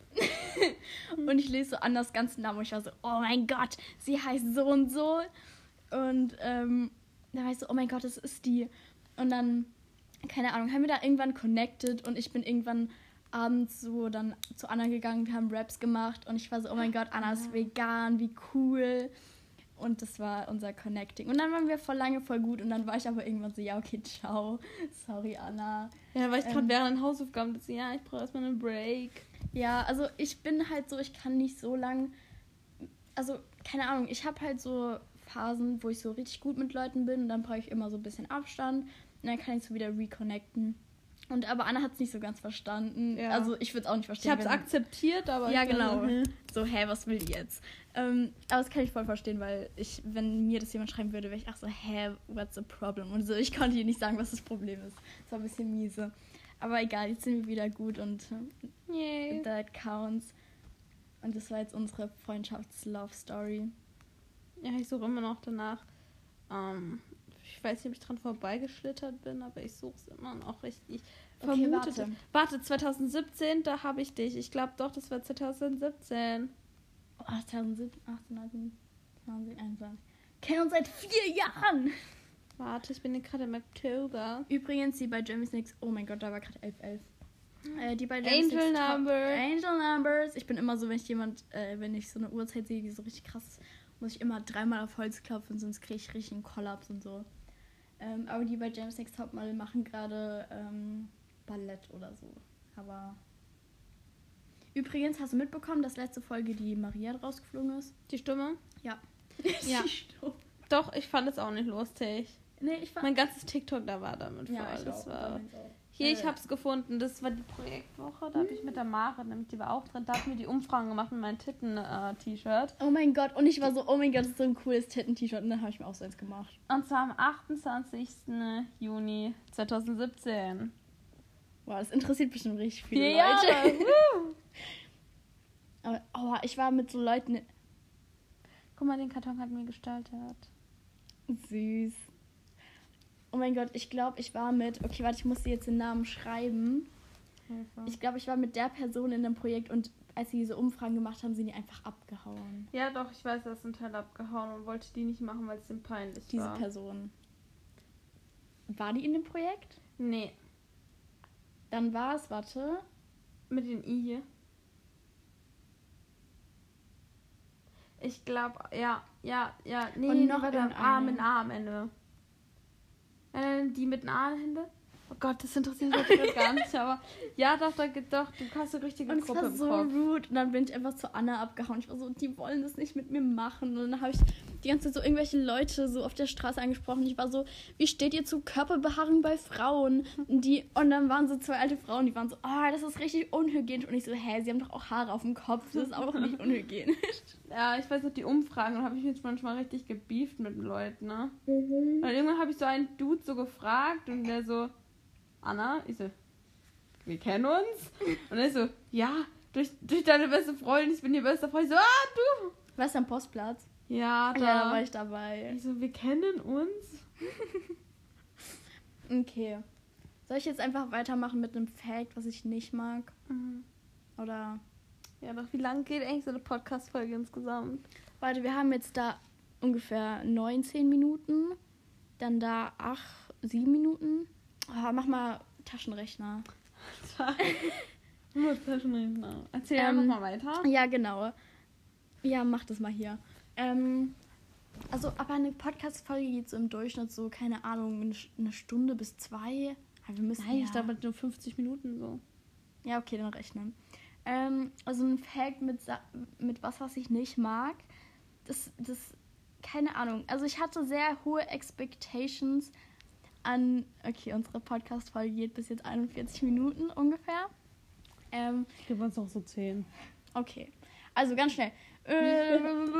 Piep. Und ich lese so Annas ganzen Namen und ich war so, oh mein Gott, sie heißt so und so. Und ähm, dann war ich so, oh mein Gott, das ist die. Und dann, keine Ahnung, haben wir da irgendwann connected und ich bin irgendwann abends so dann zu Anna gegangen, wir haben Raps gemacht und ich war so, oh mein Gott, Anna ist vegan, wie cool. Und das war unser Connecting. Und dann waren wir voll lange voll gut und dann war ich aber irgendwann so, ja, okay, ciao. Sorry, Anna. Ja, weil ich gerade Ähm, während den Hausaufgaben dachte, ja, ich brauche erstmal einen Break. Ja, also ich bin halt so, ich kann nicht so lang, also keine Ahnung, ich habe halt so Phasen, wo ich so richtig gut mit Leuten bin und dann brauche ich immer so ein bisschen Abstand und dann kann ich so wieder reconnecten. Und aber Anna hat es nicht so ganz verstanden. Ja. Also ich würde es auch nicht Ich verstehen. habe es wenn- akzeptiert, aber... Ja, ich war genau. so, hm. So, hä, was will die jetzt? Ähm, aber das kann ich voll verstehen, weil ich, wenn mir das jemand schreiben würde, wäre ich auch so, hä, what's the problem? Und so, ich konnte ihr nicht sagen, was das Problem ist. Das war ein bisschen miese. Aber egal, jetzt sind wir wieder gut und Yay. that counts. Und das war jetzt unsere Freundschafts-Love-Story. Ja, ich suche immer noch danach. Ähm, ich weiß nicht, ob ich dran vorbeigeschlittert bin, aber ich suche es immer noch richtig. Okay, Vermutete- warte. Warte, zwanzig siebzehn, da habe ich dich. Ich glaube doch, das war zwanzig siebzehn. Oh, zwanzig siebzehn, achtzehn, neunzehn, zwanzig, einundzwanzig. Kennen uns seit vier Jahren! Warte, ich bin hier gerade im Oktober. Übrigens, die bei Jamie Snakes, oh mein Gott, da war gerade elf elf. Äh, die bei Jamie Angel Snakes Top- Number. Angel Numbers. Ich bin immer so, wenn ich jemand, äh, wenn ich so eine Uhrzeit sehe, die so richtig krass ist, muss ich immer dreimal auf Holz klopfen, sonst kriege ich richtig einen Kollaps und so. Ähm, aber die bei Jamie Snakes Topmodel machen gerade ähm, Ballett oder so. Aber übrigens, hast du mitbekommen, dass letzte Folge die Maria rausgeflogen ist? Die Stimme? Ja. Ja. Die Stimme. Doch, ich fand es auch nicht lustig. Nee, ich fand... Mein ganzes TikTok da war damit voll. ja, ich das auch, war meins auch. Hier, ich Äh. hab's gefunden. Das war die Projektwoche. Da habe ich mit der Mare, nämlich die war auch drin, da hat mir die Umfragen gemacht mit meinem Titten-T-Shirt. Oh mein Gott, und ich war so, oh mein Gott, das ist so ein cooles Titten-T-Shirt. Und dann habe ich mir auch so eins gemacht. Und zwar am achtundzwanzigsten Juni zweitausendsiebzehn. Wow, das interessiert bestimmt richtig viele Vier Jahre. Leute. Woo. Aber oh, ich war mit so Leuten... Guck mal, den Karton hat mir gestaltet. Süß. Oh mein Gott, ich glaube, ich war mit... Okay, warte, ich muss dir jetzt den Namen schreiben. Hilfe. Ich glaube, ich war mit der Person in einem Projekt und als sie diese Umfragen gemacht haben, sind die einfach abgehauen. Ja, doch, ich weiß, er ist ein Teil abgehauen und wollte die nicht machen, weil es ihm peinlich Diese war. Person. War die in dem Projekt? Nee, Dann war es, warte... mit den I hier. Ich glaube, ja, ja, ja. Nee, Und nee, noch warte, irgendeine. A mit A am Ende. Äh, die mit einem A am Ende? Oh Gott, das interessiert mich jetzt gar nicht, aber ja, doch, doch, doch, du hast eine richtige Und es Gruppe war im so Kopf. rude. Und dann bin ich einfach zu Anna abgehauen. Ich war so, die wollen das nicht mit mir machen. Und dann habe ich die ganze Zeit so irgendwelche Leute so auf der Straße angesprochen. Ich war so, wie steht ihr zu Körperbehaarung bei Frauen? Und, die, und dann waren so zwei alte Frauen, die waren so, ah, das ist richtig unhygienisch. Und ich so, hä, sie haben doch auch Haare auf dem Kopf. Das ist auch nicht unhygienisch. Ja, ich weiß noch, die Umfragen, und habe ich jetzt manchmal richtig gebieft mit den Leuten, ne? Mhm. Weil irgendwann habe ich so einen Dude so gefragt und der so, Anna, ich so, wir kennen uns? Und er so, ja, durch, durch deine beste Freundin, ich bin die beste Freundin. Ich so, ah, du! Was am Postplatz? Ja, da. Ja, da war ich dabei. Ich so, wir kennen uns? Okay. Soll ich jetzt einfach weitermachen mit einem Fact, was ich nicht mag? Mhm. Oder... Ja, doch, wie lang geht eigentlich so eine Podcast-Folge insgesamt? Warte, wir haben jetzt da ungefähr neunzehn Minuten. Dann da acht, sieben Minuten. Oh, mach mal Taschenrechner. Nur Taschenrechner. Erzähl Ähm, einfach mal weiter. Ja, genau. Ja, mach das mal hier. Ähm, also, aber eine Podcast-Folge geht so im Durchschnitt so, keine Ahnung, eine, eine Stunde bis zwei. Aber wir müssen Nein, ja... ich glaube nur fünfzig Minuten so. Ja, okay, dann rechnen. Ähm, also ein Fact mit, Sa- mit was, was ich nicht mag. Das, das, keine Ahnung. Also ich hatte sehr hohe Expectations an... Okay, unsere Podcast-Folge geht bis jetzt einundvierzig Minuten ungefähr. Ähm, Gib uns noch so zehn. Okay, also ganz schnell. Äh,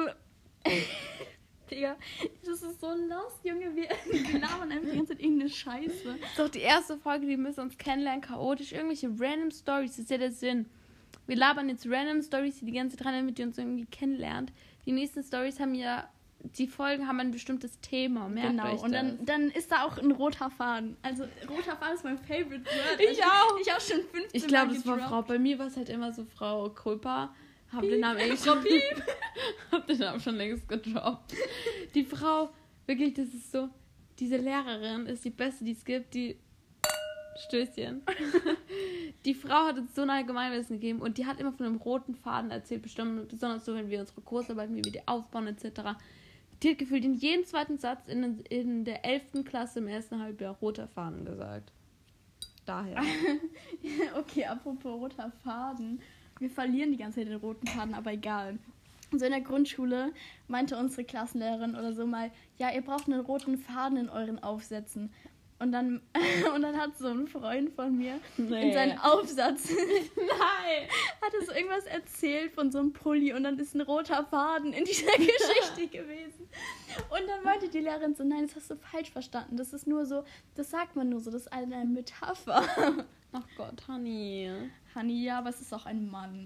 Digga, das ist so lost, Junge. Wir, wir labern einfach die ganze Zeit irgendeine Scheiße. Das ist doch die erste Folge, die müssen uns kennenlernen, chaotisch. Irgendwelche random Stories, das ist ja der Sinn. Wir labern jetzt random Stories die ganze Zeit dran, damit ihr uns irgendwie kennenlernt. Die nächsten Stories haben ja... Die Folgen haben ein bestimmtes Thema, merkt Genau, euch das. und dann, dann ist da auch ein roter Faden. Also, roter Faden ist mein Favorite Word. Ich auch. Ich auch schon fünfzehn Ich glaube, Mal das war gedroppt. Frau. Bei mir war es halt immer so Frau Kulpa. Hab Piep. den Namen eigentlich schon... Hab den Namen schon längst gedroppt. Die Frau, wirklich, das ist so... Diese Lehrerin ist die beste, die es gibt. Die... Stößchen. Die Frau hat uns so ein Allgemeinwissen gegeben und die hat immer von einem roten Faden erzählt, bestimmt, besonders so, wenn wir unsere Kursarbeiten, wie wir die aufbauen et cetera. Die hat gefühlt in jedem zweiten Satz in, in der elften Klasse im ersten Halbjahr roter Faden gesagt. Daher. Okay, apropos roter Faden. Wir verlieren die ganze Zeit den roten Faden, aber egal. So in der Grundschule meinte unsere Klassenlehrerin oder so mal, ja, ihr braucht einen roten Faden in euren Aufsätzen. Und dann, und dann hat so ein Freund von mir Nee. in seinen Aufsatz Nein! hat er so irgendwas erzählt von so einem Pulli und dann ist ein roter Faden in dieser Geschichte gewesen. Und dann meinte die Lehrerin so, nein, das hast du falsch verstanden. Das ist nur so, das sagt man nur so, das ist eine Metapher. Ach Gott, Honey. Honey, ja, aber es ist auch ein Mann.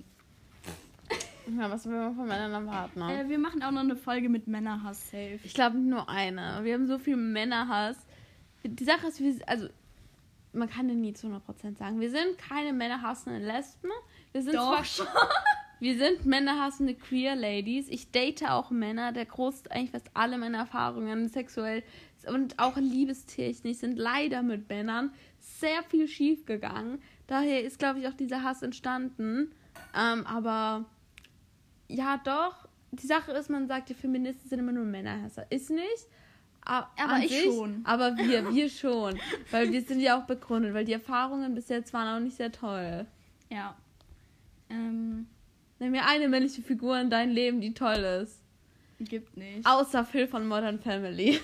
Ja, was will man von Männern erwarten? Ne? Äh, wir machen auch noch eine Folge mit Männerhass, safe. Ich glaube nur eine. Wir haben so viel Männerhass. Die Sache ist, wir, also man kann ja nie zu hundert Prozent sagen, wir sind keine männerhassenden Lesben. Wir sind Doch. zwar wir sind männerhassende Queer Ladies. Ich date auch Männer. Der Groß, eigentlich fast alle meine Erfahrungen sexuell und auch liebestechnisch sind leider mit Männern sehr viel schief gegangen. Daher ist, glaube ich, auch dieser Hass entstanden. Ähm, aber ja, doch. Die Sache ist, man sagt, die Feministen sind immer nur Männerhasser. Ist nicht. Aber Aber ich sich, schon. Aber wir, wir schon. Weil wir sind ja auch begründet, weil die Erfahrungen bis jetzt waren auch nicht sehr toll. Ja. Ähm, Nenn mir eine männliche Figur in deinem Leben, die toll ist. gibt nicht. Außer Phil von Modern Family.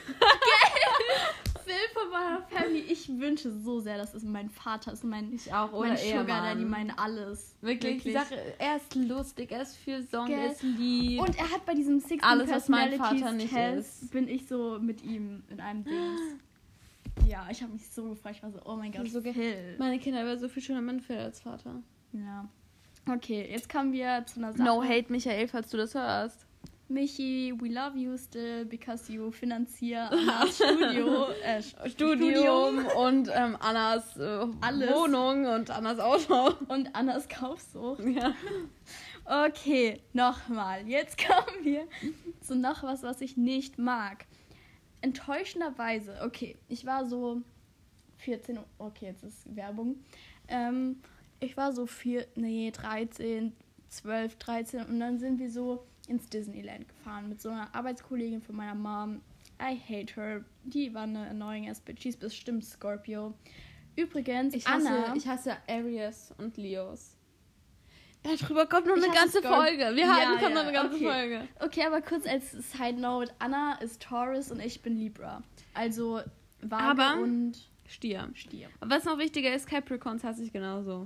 Phil von meiner Family. Ich wünsche so sehr, dass es mein Vater ist. Mein, Ich auch, mein Sugar Daddy, mein alles. Wirklich, die Sache, er ist lustig, er ist fürsorgend, Gell? er ist lieb. Und er hat bei diesem sixteen Alles, was mein Personalities Vater nicht Test, ist. bin ich so mit ihm in einem Dings. Ja, ich habe mich so gefreut. Ich war so, oh mein Gott, So ge- Phil. Meine Kinder wären so viel schöner mit Phil als Vater. Ja. Okay, jetzt kommen wir zu einer Sache. No hate, Michael, falls du das hörst. Michi, we love you still because you finanzier Annas Studio, äh, Studium und ähm, Annas äh, Alles. Wohnung und Annas Auto. und Annas Kaufsucht. Ja. Okay, nochmal. Jetzt kommen wir zu noch was, was ich nicht mag. Enttäuschenderweise, okay, ich war so vierzehn, okay, jetzt ist Werbung. Ähm, ich war so vier, nee, dreizehn, zwölf, dreizehn und dann sind wir so ins Disneyland gefahren mit so einer Arbeitskollegin von meiner Mom. I hate her. Die war eine annoying ass bitch. Die ist bestimmt Scorpio. Übrigens, Ich hasse, Anna... ich hasse Aries und Leos. Darüber kommt noch Ich eine hasse ganze Scorp- Folge. Wir Ja, halten kommt ja, noch eine ganze okay. Folge. Okay, aber kurz als Side Note, Anna ist Taurus und ich bin Libra. Also Waage Aber- und Stier. Stier. Aber was noch wichtiger ist, Capricorns hasse ich genauso.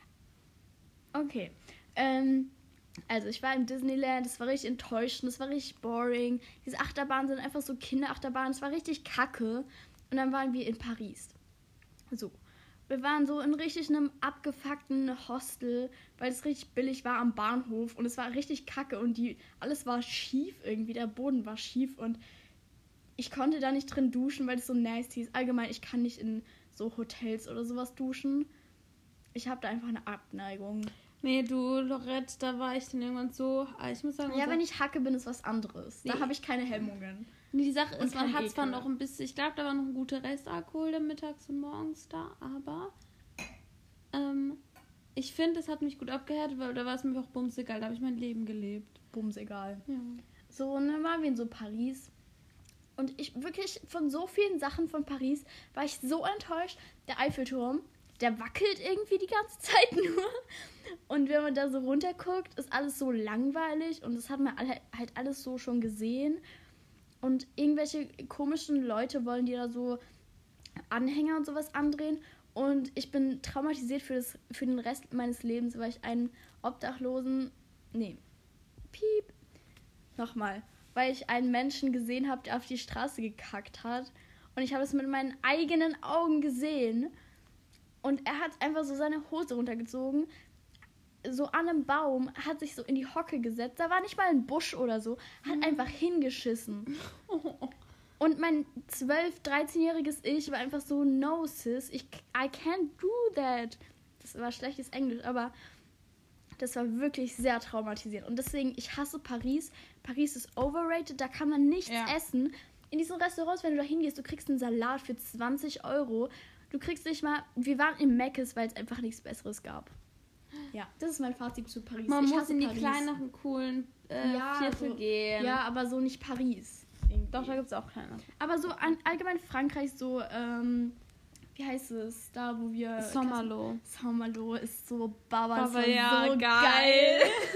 Okay. Ähm, also ich war im Disneyland, es war richtig enttäuschend, es war richtig boring. Diese Achterbahnen sind einfach so Kinderachterbahnen, es war richtig kacke. Und dann waren wir in Paris. So. Wir waren so in richtig einem abgefuckten Hostel, weil es richtig billig war am Bahnhof und es war richtig kacke und die alles war schief irgendwie, der Boden war schief und ich konnte da nicht drin duschen, weil es so nasty ist. Allgemein, ich kann nicht in so Hotels oder sowas duschen. Ich habe da einfach eine Abneigung. Nee, du, Lorette, da war ich dann irgendwann so... Ich muss sagen... Ja, unser- wenn ich hacke, bin ist was anderes. Da Nee. habe ich keine Hemmungen. Nee, die Sache Und ist, man kein hat zwar Ekel. noch ein bisschen... Ich glaube, da war noch ein guter Restalkohol der mittags und morgens da, aber... Ähm, ich finde, es hat mich gut abgehärtet, weil da war es mir auch bumsegal. Da habe ich mein Leben gelebt. Bums egal. Ja. So, und dann waren wir in so Paris. Und ich wirklich von so vielen Sachen von Paris war ich so enttäuscht. Der Eiffelturm, der wackelt irgendwie die ganze Zeit nur. Und wenn man da so runterguckt, ist alles so langweilig. Und das hat man alle, halt alles so schon gesehen. Und irgendwelche komischen Leute wollen dir da so Anhänger und sowas andrehen. Und ich bin traumatisiert für, das, für den Rest meines Lebens, weil ich einen Obdachlosen, nee, piep, nochmal, weil ich einen Menschen gesehen habe, der auf die Straße gekackt hat. Und ich habe es mit meinen eigenen Augen gesehen. Und er hat einfach so seine Hose runtergezogen, so an einem Baum, hat sich so in die Hocke gesetzt. Da war nicht mal ein Busch oder so, hat mhm. einfach hingeschissen. Und mein zwölf-, dreizehnjähriges Ich war einfach so, no sis, ich, I can't do that. Das war schlechtes Englisch, aber das war wirklich sehr traumatisierend. Und deswegen, ich hasse Paris. Paris ist overrated, da kann man nichts ja. essen. In diesen Restaurants, wenn du da hingehst, du kriegst einen Salat für zwanzig Euro. Du kriegst nicht mal, wir waren im Mc's, weil es einfach nichts Besseres gab. Ja, das ist mein Fazit zu Paris. Man ich muss hasse in die Paris. kleineren, coolen äh, ja, Viertel so, gehen. Ja, aber so nicht Paris. Irgendwie. Doch, da gibt es auch kleine. Aber so an, allgemein Frankreich, so, ähm, wie heißt es, da wo wir... Saint-Malo. Saint-Malo ist so Baba, Aber ist ja, so geil. geil.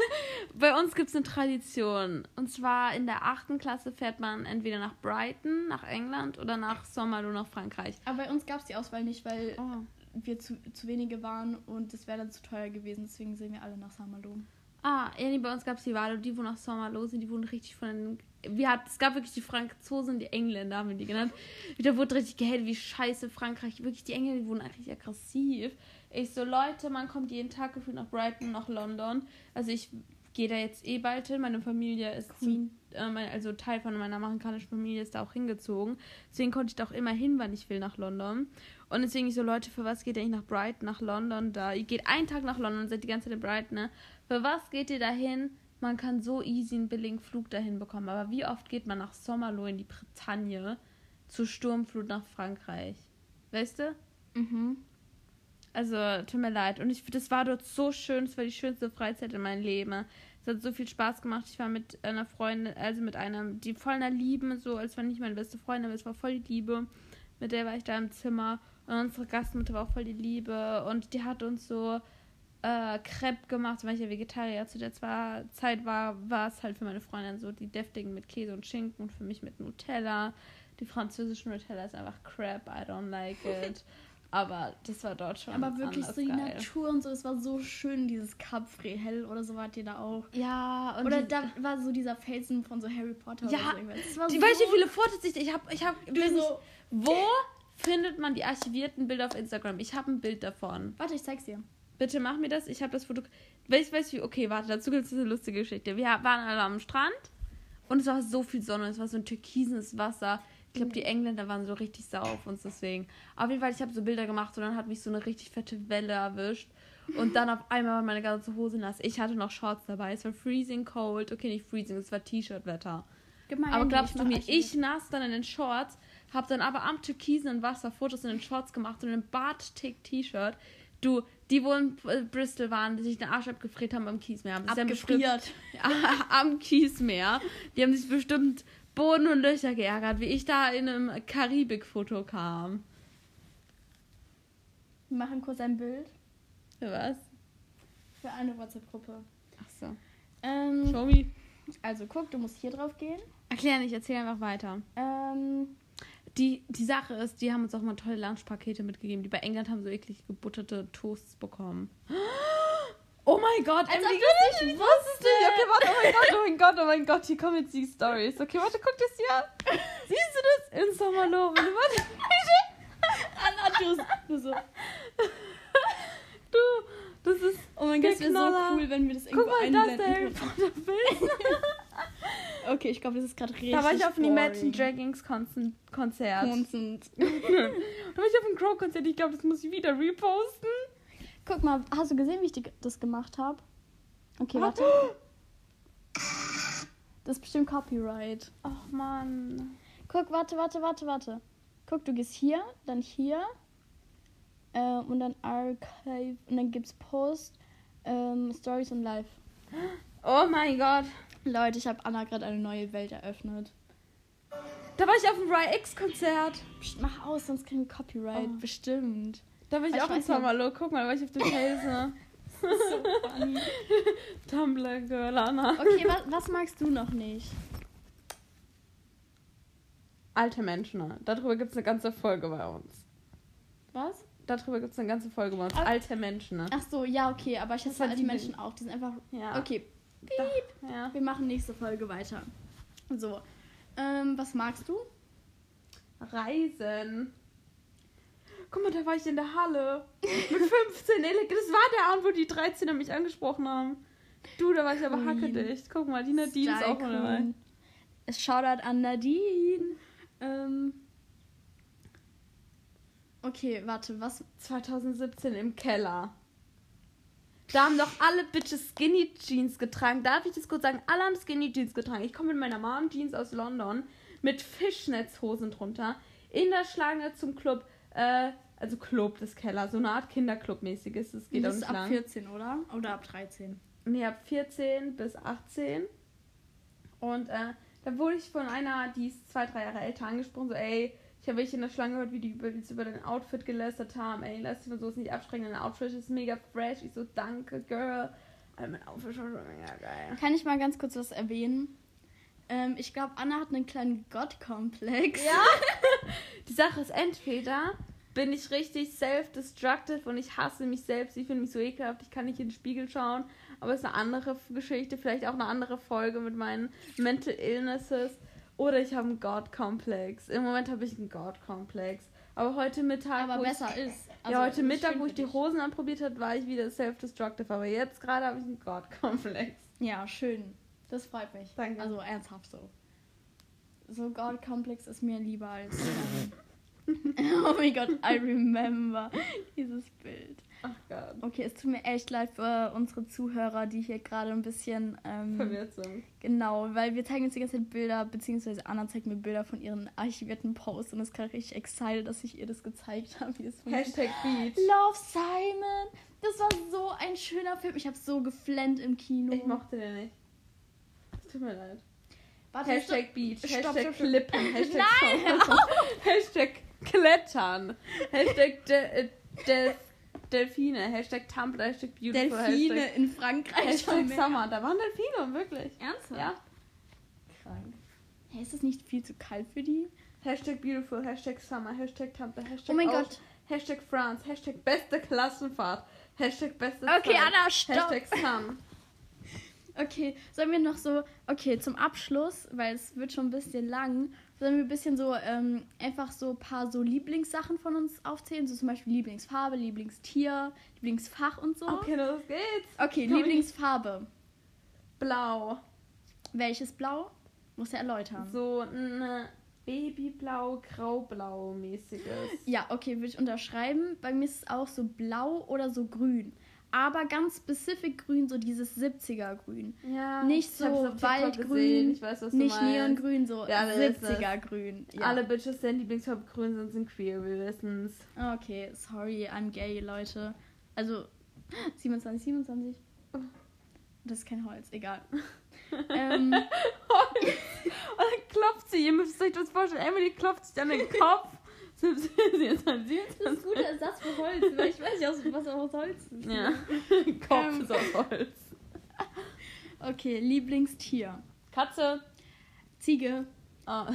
Bei uns gibt es eine Tradition. Und zwar in der achten Klasse fährt man entweder nach Brighton, nach England oder nach Saint-Malo, nach Frankreich. Aber bei uns gab es die Auswahl nicht, weil oh. wir zu, zu wenige waren und es wäre dann zu teuer gewesen. Deswegen sind wir alle nach Saint-Malo. Ah, ja, nee, bei uns gab es die Wahl und die, wo nach Saint-Malo sind, die wurden richtig von den... Wir hat, es gab wirklich die Franzosen, die Engländer haben wir die genannt. Da wurde richtig gehatet, wie scheiße Frankreich. Wirklich, die Engländer, die wurden eigentlich aggressiv. Ich so, Leute, man kommt jeden Tag gefühlt nach Brighton, nach London. Also ich gehe da jetzt eh bald hin. Meine Familie ist, cool. zu, äh, mein, also Teil von meiner amerikanischen Familie ist da auch hingezogen. Deswegen konnte ich da auch immer hin, wann ich will, nach London. Und deswegen ich so, Leute, für was geht ihr nicht nach Brighton, nach London? Da, ihr geht einen Tag nach London und seid die ganze Zeit in Brighton, ne? Für was geht ihr da hin? Man kann so easy einen billigen Flug dahin bekommen. Aber wie oft geht man nach Saint-Malo in die Bretagne zur Sturmflut nach Frankreich? Weißt du? Mhm. Also, tut mir leid. Und ich, das war dort so schön. Es war die schönste Freizeit in meinem Leben. Es hat so viel Spaß gemacht. Ich war mit einer Freundin, also mit einer, die voll einer Liebe, so als wenn nicht meine beste Freundin, aber es war voll die Liebe. Mit der war ich da im Zimmer. Und unsere Gastmutter war auch voll die Liebe. Und die hat uns so äh, Crepe gemacht, weil ich ja Vegetarier zu der Zeit war, war es halt für meine Freundin so die deftigen mit Käse und Schinken und für mich mit Nutella. Die französische Nutella ist einfach Crepe, I don't like it. Aber das war dort schon Aber wirklich so die geil. Natur und so, es war so schön, dieses Cap Fréhel oder so wart ihr da auch. Ja. Und oder die, da war so dieser Felsen von so Harry Potter ja, oder so irgendwas. Das war die, so weißt du, wie viele Fotos ich, ich habe, ich habe, so, wo findet man die archivierten Bilder auf Instagram? Ich habe ein Bild davon. Warte, ich zeig's dir. Bitte mach mir das, ich habe das Foto, weißt du, wie, okay, warte, dazu gibt es eine lustige Geschichte. Wir waren alle am Strand und es war so viel Sonne, es war so ein türkises Wasser. Ich glaube, die Engländer waren so richtig sauer auf uns deswegen. Auf jeden Fall, ich habe so Bilder gemacht und dann hat mich so eine richtig fette Welle erwischt. Und dann auf einmal war meine ganze Hose nass. Ich hatte noch Shorts dabei. Es war freezing cold. Okay, nicht freezing, es war T-Shirt-Wetter. Gemein, aber glaubst du mir, Archiv. ich nass dann in den Shorts, habe dann aber am türkisen Wasser Fotos in den Shorts gemacht und im Bart-Tick-T-Shirt. Du, die, wo in Bristol waren, die sich den Arsch abgefriert haben am Kiesmeer. Haben Abgefriert. Am Kiesmeer. Die haben sich bestimmt Boden und Löcher geärgert, wie ich da in einem Karibik-Foto kam. Wir machen kurz ein Bild. Für was? Für eine WhatsApp-Gruppe. Ach so. Ähm, Show me. Also guck, du musst hier drauf gehen. Erklär nicht, erzähl einfach weiter. Ähm, die, die Sache ist, die haben uns auch mal tolle Lunchpakete mitgegeben. Die bei England haben so eklig gebutterte Toasts bekommen. Oh mein Gott, als Emily, ob du es nicht wusstest. Okay, warte, oh mein Gott, oh mein Gott, oh mein Gott, hier kommen jetzt die Stories. Okay, warte, guck das hier an. Siehst du das? In Saint-Malo. Warte, an Nachos. Du so. Du, das ist oh mein Gott, das wäre so cool, wenn wir das irgendwo guck mal, einblenden. Das ist der Harry Potter Film. Okay, ich glaube, das ist gerade richtig Da war ich auf einem boring. Imagine Dragons Konzert. Konzert. Da war ich auf einem Crow-Konzert. Ich glaube, das muss ich wieder reposten. Guck mal, hast du gesehen, wie ich die, das gemacht habe? Okay, warte. Das ist bestimmt Copyright. Ach, Mann. Guck, warte, warte, warte, warte. Guck, du gehst hier, dann hier. Äh, und dann Archive. Und dann gibt's Post, ähm, Stories und Live. Oh mein Gott. Leute, ich habe Anna gerade eine neue Welt eröffnet. Da war ich auf dem R Y-X-Konzert. Psst, mach aus, sonst kein Copyright. Oh. Bestimmt. Da war ich, ich auch in Saint-Malo. Guck mal, da war ich auf der Käse. Das ist so funny. Tumblr Girl, Anna. Okay, was, was magst du noch nicht? Alte Menschen. Darüber gibt es eine ganze Folge bei uns. Was? Darüber gibt es eine ganze Folge über uns. Ach. Alte Menschen, ne? Ach so, ja, okay, aber ich Das hasse war alte die- Menschen auch. Die sind einfach. Ja. Okay, Da, ja. wir machen nächste Folge weiter. So, ähm, was magst du? Reisen. Guck mal, da war ich in der Halle. Mit fünfzehn. Ey, das war der Abend, wo die dreizehner mich angesprochen haben. Du, da war ich aber Queen. hackedicht. Guck mal, die Nadine ist auch Style mal dabei. Queen. Es Shoutout an Nadine. Ähm. Okay, warte, was? zwanzig siebzehn im Keller. Da haben doch alle Bitches Skinny Jeans getragen. Darf ich das kurz sagen? Alle haben Skinny Jeans getragen. Ich komme mit meiner Mom Jeans aus London mit Fischnetzhosen drunter in der Schlange zum Club. Äh, also Club des Keller. So eine Art Kinderclub-mäßiges. Das geht auch Das ist nicht ab lang. vierzehn, oder? Oder ab dreizehn? Nee, ab vierzehn bis achtzehn. Und äh, da wurde ich von einer, die ist zwei, drei Jahre älter, angesprochen. So, ey, ich habe welche in der Schlange gehört, wie die über, wie die über dein Outfit gelästert haben. Ey, lass dich mal so nicht abschrecken. Dein Outfit ist mega fresh. Ich so, danke, Girl. Alter, mein Outfit ist schon mega geil. Kann ich mal ganz kurz was erwähnen? Ähm, ich glaube, Anna hat einen kleinen Gottkomplex. Ja? Die Sache ist, entweder bin ich richtig self-destructive und ich hasse mich selbst. Ich finde mich so ekelhaft. Ich kann nicht in den Spiegel schauen. Aber es ist eine andere Geschichte. Vielleicht auch eine andere Folge mit meinen Mental Illnesses. Oder ich habe einen God-Komplex. Im Moment habe ich einen God-Komplex. Aber heute Mittag, Aber wo besser ich, ist. ja, heute ist Mittag, schön wo für ich die dich. Hosen anprobiert habe, war ich wieder self-destructive. Aber jetzt gerade habe ich einen God-Komplex. Ja, schön. Das freut mich. Danke. Also ernsthaft so. So God-Komplex ist mir lieber als... Ähm, oh mein Gott, I remember dieses Bild. Ach Gott. Okay, es tut mir echt leid für unsere Zuhörer, die hier gerade ein bisschen... Ähm, Verwirrt sind. Genau, weil wir zeigen uns die ganze Zeit Bilder, beziehungsweise Anna zeigt mir Bilder von ihren archivierten Posts und ist gerade richtig excited, dass ich ihr das gezeigt habe, wie es funktioniert. Hashtag Beach. Love Simon! Das war so ein schöner Film. Ich habe so geflennt im Kino. Ich mochte den nicht. Es tut mir leid. Warte, Hashtag Beach, Stopp, Hashtag stopp, stopp. Flippen, Hashtag Nein, Schauen. Hashtag Klettern, Hashtag De äh, Del Delfine, Hashtag Tumblr, Hashtag Beautiful, Delfine Hashtag, in Frankreich. Hashtag am Meer. Summer. Da waren Delfine, wirklich. Ernsthaft? Ja. Krank. Hey, ist das nicht viel zu kalt für die? Hashtag Beautiful, Hashtag Summer, Hashtag Tumblr, Hashtag Oh mein Aus- Gott. Hashtag France, Hashtag beste Klassenfahrt, Hashtag beste Okay, Zeit, Anna, stopp. Hashtag Sun. Okay, sollen wir noch so, okay, zum Abschluss, weil es wird schon ein bisschen lang, sollen wir ein bisschen so, ähm, einfach so ein paar so Lieblingssachen von uns aufzählen, so zum Beispiel Lieblingsfarbe, Lieblingstier, Lieblingsfach und so. Okay, los geht's. Okay, Komm, Lieblingsfarbe. Blau. Welches Blau? Muss er erläutern. So ein Babyblau, Graublau mäßiges. Ja, okay, würde ich unterschreiben. Bei mir ist es auch so blau oder so grün. Aber ganz spezifisch grün, so dieses siebziger grün. Ja, Nicht ich hab's so auf TikTok Waldgrün, gesehen. Ich weiß, was du nicht meinst. Neongrün, so Ja, wir wissen siebziger grün. Ja. Alle Bitches, deren Lieblingsfarbe grün sind, sind queer, wir wissen's. Okay, sorry, I'm gay, Leute. Also, siebenundzwanzig, siebenundzwanzig. Das ist kein Holz, egal. ähm, Und dann klopft sie, ihr müsst euch das vorstellen, Emily klopft sich an den Kopf. Sie ist siebenundzwanzig. das ist ein guter Ersatz für Holz, weil ich weiß nicht, was aus Holz ist. Ja, Kopf Ähm. ist aus Holz. Okay, Lieblingstier. Katze. Ziege. Ah.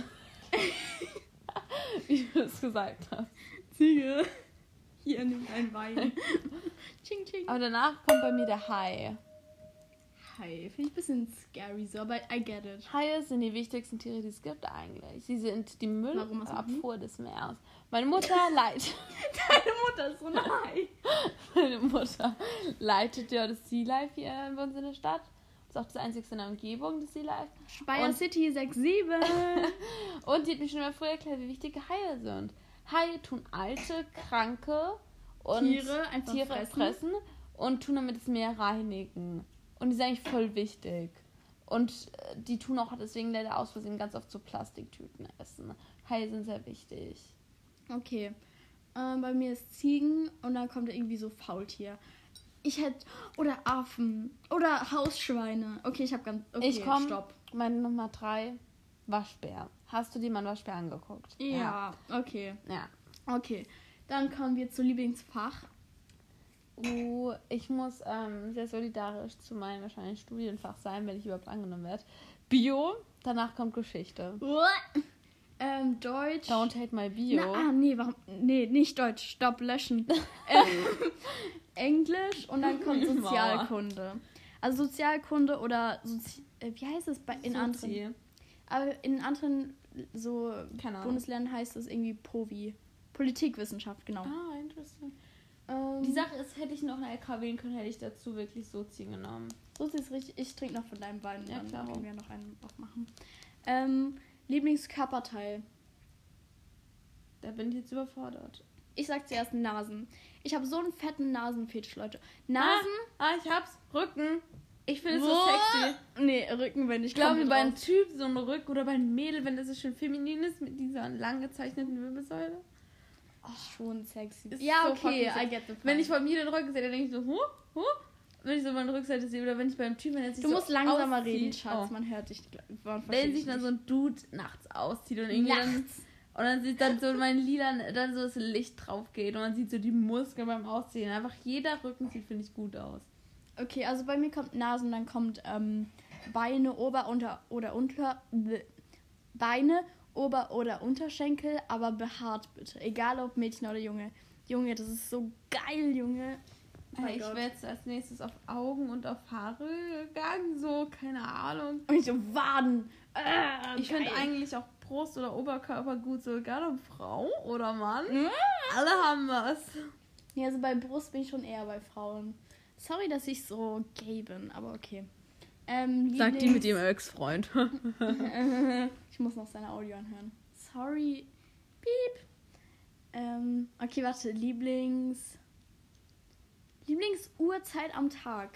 Wie du es gesagt hast. Ziege. Hier, nimm ein Wein. Ching, ching. Aber danach kommt bei mir der Hai. Hai. Finde ich ein bisschen scary so, aber I get it. Haie sind die wichtigsten Tiere, die es gibt eigentlich. Sie sind die Warum, was machen die? Müllabfuhr des Meeres. Meine Mutter leitet... Deine Mutter ist so ein Hai. Meine Mutter leitet ja das Sea Life hier bei uns in der Stadt. Das ist auch das einzige in der Umgebung, das Sea Life. Speyer Und- City sechs sieben. Und die hat mir schon mal früher erklärt, wie wichtig Haie sind. Haie tun alte, kranke und Tiere einfach Tiere fressen. fressen und tun damit das Meer reinigen. Und die sind eigentlich voll wichtig. Und äh, die tun auch deswegen leider aus Versehen ganz oft so Plastiktüten essen. Haie sind sehr wichtig. Okay. Ähm, bei mir ist Ziegen und dann kommt irgendwie so Faultier. Ich hätte. Oder Affen. Oder Hausschweine. Okay, ich habe ganz. Okay, ich komme. stopp. Meine Nummer drei, Waschbär. Hast du dir mal einen Waschbär angeguckt? Ja, okay. Ja. Okay. Dann kommen wir zu Lieblingsfach. Uh, ich muss ähm, sehr solidarisch zu meinem wahrscheinlich Studienfach sein, wenn ich überhaupt angenommen werde. Bio, danach kommt Geschichte. Ähm, Deutsch. Don't hate my bio. Na, ah, nee, warum? Nee, nicht Deutsch. Stopp, löschen. ähm, Englisch und dann kommt Sozialkunde. Also Sozialkunde oder Sozi- äh, wie heißt es bei in Sozi. anderen? Aber in anderen so Keine Ahnung. Bundesländern heißt es irgendwie Povi. Politikwissenschaft, genau. Ah, interessant. Ähm, Die Sache ist, hätte ich noch eine L K wählen können, hätte ich dazu wirklich Sozi genommen. Sozi ist richtig. Ich trinke noch von deinem Wein. Ja, dann klar. können wir noch einen aufmachen. Ähm, Lieblingskörperteil. Da bin ich jetzt überfordert. Ich sag zuerst Nasen. Ich habe so einen fetten Nasenfetisch, Leute. Nasen? Ah, ah ich hab's. Rücken. Ich finde es so Wo? sexy. Nee, Rücken, wenn ich Ich glaube, komplett bei einem raus. Typ so ein Rücken oder bei einem Mädel, wenn das so schön feminin ist, mit dieser lang gezeichneten Wirbelsäule. Schon sexy. Ist Ja, so okay, fucking I get the point. Wenn ich von mir den Rücken sehe, dann denke ich so, huh, huh. Wenn ich so meine Rückseite sehe oder wenn ich beim Typ, wenn er sich Du so musst langsamer auszieht, reden, Schatz. oh. Man hört dich. Man Wenn versteht sich dann dich so ein Dude nachts auszieht und irgendwie dann, Nachts. und dann sieht dann so mein Lila, dann so das Licht drauf geht und man sieht so die Muskeln beim Ausziehen. Einfach jeder Rücken sieht, finde ich, gut aus. Okay, also bei mir kommt Nasen, dann kommt ähm, Beine, Ober, Unter oder Unter... Be- Beine, Ober- oder Unterschenkel, aber behaart bitte. Egal ob Mädchen oder Junge. Junge, das ist so geil, Junge. Oh mein ich Gott. wäre jetzt als nächstes auf Augen und auf Haare gegangen, so, keine Ahnung. Und ich so, Waden. Äh, Ich geil. finde eigentlich auch Brust oder Oberkörper gut, so egal ob Frau oder Mann. Mm. Alle haben was. Ja, also bei Brust bin ich schon eher bei Frauen. Sorry, dass ich so gay bin, aber okay. Ähm, Sagt die mit Lieblings- ihrem Ex-Freund. Ich muss noch seine Audio anhören. Sorry. Piep. Ähm, okay, warte. Lieblings... Lieblingsuhrzeit am Tag.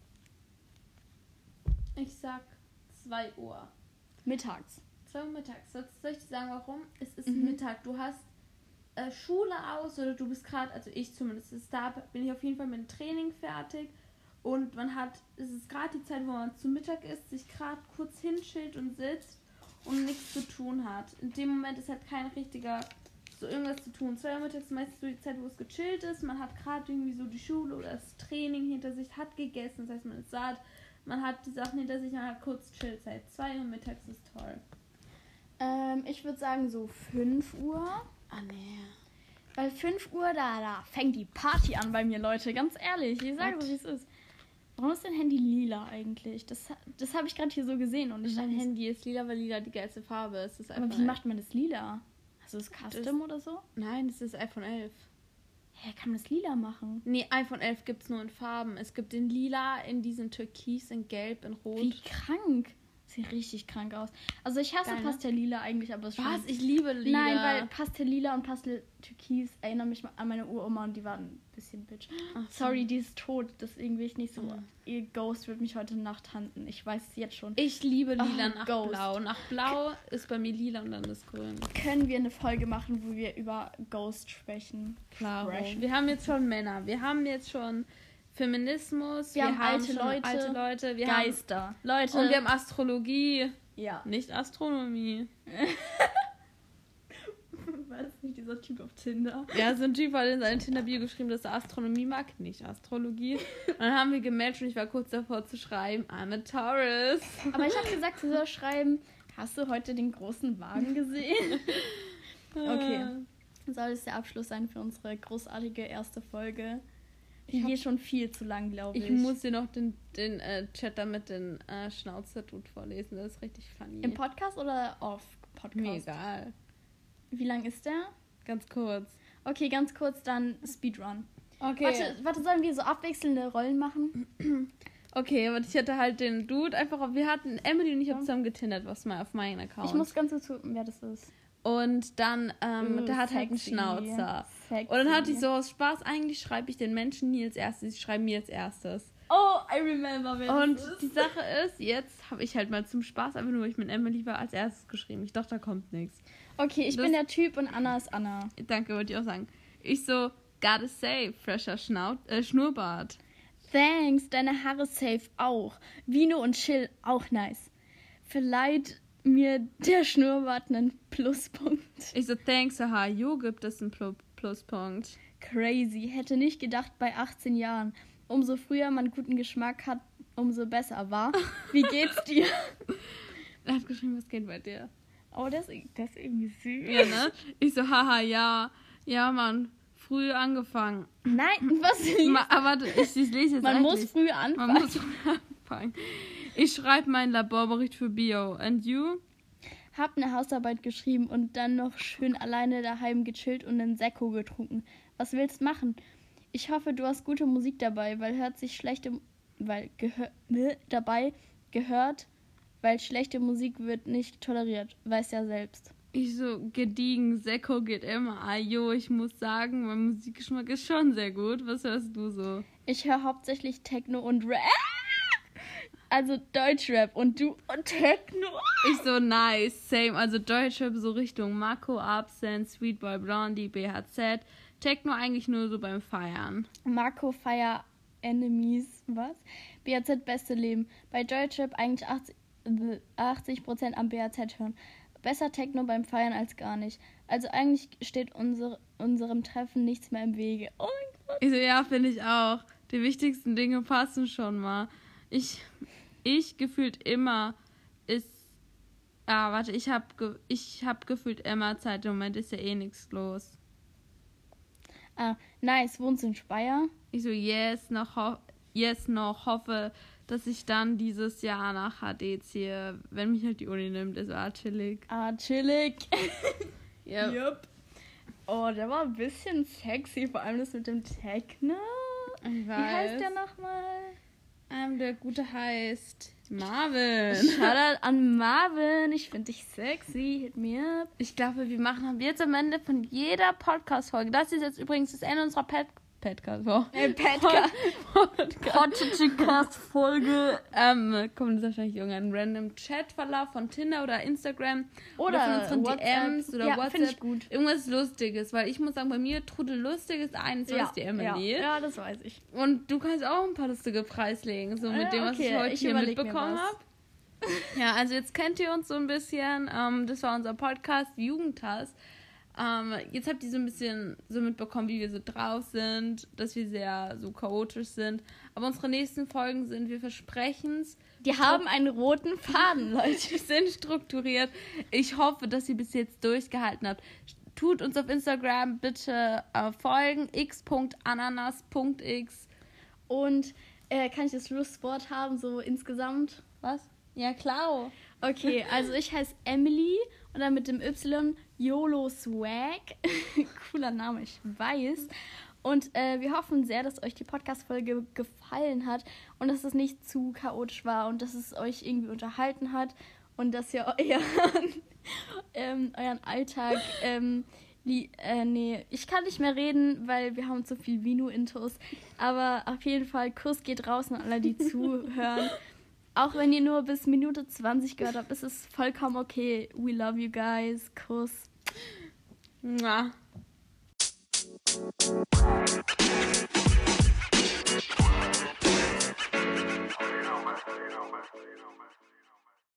Ich sag zwei Uhr. Mittags. zwei Uhr mittags. Soll soll ich dir sagen, warum? Es ist Mhm. Mittag. Du hast äh, Schule aus oder du bist gerade, also ich zumindest, ist da bin ich auf jeden Fall mit dem Training fertig. Und man hat, es ist gerade die Zeit, wo man zu Mittag isst, sich gerade kurz hinschillt und sitzt und nichts zu tun hat. In dem Moment ist halt kein richtiger, so irgendwas zu tun. zwei Uhr mittags ist meistens so die Zeit, wo es gechillt ist. Man hat gerade irgendwie so die Schule oder das Training hinter sich, hat gegessen, das heißt, man ist satt. Man hat die Sachen hinter sich, man hat kurz Chillzeit. zwei Uhr mittags ist toll. Ähm, ich würde sagen so fünf Uhr. Ah, nee. Weil fünf Uhr, da, da fängt die Party an bei mir, Leute. Ganz ehrlich, ich sage What? so, wie es ist. Warum ist dein Handy lila eigentlich? Das, das habe ich gerade hier so gesehen. Und ich Mein dachte, Handy ist lila, weil lila die geilste Farbe ist. Das ist aber iPhone wie elf. macht man das lila? Hast du das Custom oder so? Nein, das ist iPhone elf. Hä, kann man das lila machen? Nee, iPhone elf gibt es nur in Farben. Es gibt in lila, in diesen Türkis, in gelb, in rot. Wie krank. Sieht richtig krank aus. Also ich hasse Geil, ne? Pastellila eigentlich, aber es ist Was? schon... Ich liebe lila. Nein, weil Pastellila und Pastel-Türkis erinnern mich an meine Uroma und die waren ein bisschen bitch. Ach so. Sorry, die ist tot, deswegen will ich nicht so... Mhm. Ihr Ghost wird mich heute Nacht hunten. Ich weiß es jetzt schon. Ich liebe lila Oh, nach Ghost. blau. Nach blau ist bei mir lila und dann ist grün. Können wir eine Folge machen, wo wir über Ghost sprechen? Klar. Sprechen. Wir haben jetzt schon Männer. Wir haben jetzt schon Feminismus. Wir haben alte schon Leute, alte Leute. Wir Geister. Leute. Haben, und wir haben Astrologie. ja. Nicht Astronomie. War das nicht dieser Typ auf Tinder? Ja, so ein Typ hat in seine Tinder-Bio geschrieben, dass er Astronomie mag, nicht Astrologie. Und dann haben wir gematcht und ich war kurz davor zu schreiben, I'm a Taurus. Aber ich habe gesagt, sie soll schreiben, hast du heute den großen Wagen gesehen? Okay. Soll es der Abschluss sein für unsere großartige erste Folge? Die Ich hab- geht schon viel zu lang, glaube ich. Ich muss dir noch den, den äh, Chat da mit den äh, Schnauzer-Dude vorlesen, das ist richtig funny. Im Podcast oder off-Podcast? Mir egal. Wie lang ist der? Ganz kurz. Okay, ganz kurz dann Speedrun. Okay. Warte, warte, sollen wir so abwechselnde Rollen machen? Okay, aber ich hatte halt den Dude einfach, auf- wir hatten, Emily und ich haben Ja. zusammen getindert, was mal auf meinen Account. Ich muss ganz kurz gucken, wer das ist. Und dann, ähm, Uh, der hat halt einen sexy. Schnauzer. Sexy. Und dann hatte ich so aus Spaß, eigentlich schreibe ich den Menschen nie als erstes, ich schreibe mir als erstes. Oh, I remember, wer Und das ist. die Sache ist, jetzt habe ich halt mal zum Spaß, einfach nur, weil ich mit Emily war, als erstes geschrieben. Ich dachte, da kommt nichts. Okay, ich Das- bin der Typ und Anna ist Anna. Danke, wollte ich auch sagen. Ich so, gotta say, fresher Schnaut äh, Schnurrbart. Thanks, deine Haare safe auch. Vino und Chill auch nice. Verleiht mir der Schnurrbart einen Pluspunkt. Ich so, thanks, haha, Jo gibt es einen Plu- Pluspunkt. Crazy. Hätte nicht gedacht bei achtzehn Jahren. Umso früher man guten Geschmack hat, umso besser, war. Wie geht's dir? Er hat geschrieben, was geht bei dir? Oh, der ist, der ist irgendwie süß. Ja, ne? Ich so, haha, ja. Ja, Mann. Früh angefangen. Nein, was? Ma, aber ich, ich lese jetzt Man eigentlich. muss früh anfangen. Man muss früh anfangen. Ich schreibe meinen Laborbericht für Bio. And you? Hab eine Hausarbeit geschrieben und dann noch schön alleine daheim gechillt und einen Sekko getrunken. Was willst machen? Ich hoffe, du hast gute Musik dabei, weil hört sich schlechte, weil gehör, ne, dabei gehört, weil schlechte Musik wird nicht toleriert. Weiß ja selbst. Ich so, gediegen, Sekko geht immer. Ah, jo, ich muss sagen, mein Musikgeschmack ist schon sehr gut. Was hörst du so? Ich höre hauptsächlich Techno und Rap. Also Deutschrap und du und Techno. Ich so, nice, same. Also Deutschrap so Richtung Marco, Absent, Sweetboy, Blondie, B H Z. Techno eigentlich nur so beim Feiern. Marco Fire Enemies, was? B H Z beste Leben. Bei Deutschrap eigentlich achtzig Prozent am B H Z hören. Besser Techno beim Feiern als gar nicht. Also eigentlich steht unsere, unserem Treffen nichts mehr im Wege. Oh mein Gott. Ich so, ja, finde ich auch. Die wichtigsten Dinge passen schon mal. Ich, ich gefühlt immer ist, ah, warte, ich hab, ge, ich hab gefühlt immer Zeit. Im Moment ist ja eh nichts los. Ah, nice. Wohnst du in Speyer? Ich so, yes, noch, ho- yes, noch, hoffe, dass ich dann dieses Jahr nach H D ziehe, wenn mich halt die Uni nimmt. Ist ah, chillig. Ah, chillig. Yep. Yep. Oh, der war ein bisschen sexy, vor allem das mit dem Techno. Ich weiß. Wie heißt der nochmal? Ähm, der Gute heißt Marvin. Shoutout an Marvin. Ich finde dich sexy. Hit me up. Ich glaube, wir machen haben wir jetzt am Ende von jeder Podcast-Folge. Das ist jetzt übrigens das Ende unserer Pet Podcast. Oh. Äh, Podcast. Podcast-Folge. Ähm, kommt jetzt wahrscheinlich irgendein random Chat-Verlauf von Tinder oder Instagram Oder, oder von unseren WhatsApp. D Ms oder Ja, find WhatsApp. ich gut. Irgendwas Lustiges, weil ich muss sagen, bei mir trudelt Lustiges ein, so ist die Emily. Ja. ja, das weiß ich. Und du kannst auch ein paar lustige preislegen, so mit Ja, dem, was okay, ich heute ich hier überleg mir mitbekommen was. habe. Ja, also jetzt kennt ihr uns so ein bisschen. Ähm, das war unser Podcast Jugendhass. Ähm, jetzt habt ihr so ein bisschen so mitbekommen, wie wir so drauf sind, dass wir sehr so chaotisch sind. Aber unsere nächsten Folgen sind, wir versprechen es, Die haben einen roten Faden, Leute. die sind strukturiert. Ich hoffe, dass ihr bis jetzt durchgehalten habt. Tut uns auf Instagram bitte äh, folgen, x punkt ananas punkt x. Und äh, kann ich das Schlusswort haben, so insgesamt? Was? Ja, klar. Okay, also ich heiße Emily und dann mit dem Y YOLO Swag. Cooler Name, ich weiß. Und äh, wir hoffen sehr, dass euch die Podcast-Folge gefallen hat und dass es nicht zu chaotisch war und dass es euch irgendwie unterhalten hat und dass ihr euren, ähm, euren Alltag... Ähm, die, äh, nee, ich kann nicht mehr reden, weil wir haben zu viel Vino-Intos. Aber auf jeden Fall, Kuss geht raus an alle, die zuhören. Auch wenn ihr nur bis Minute zwanzig gehört habt, ist es vollkommen okay. We love you guys. Kuss. Mua.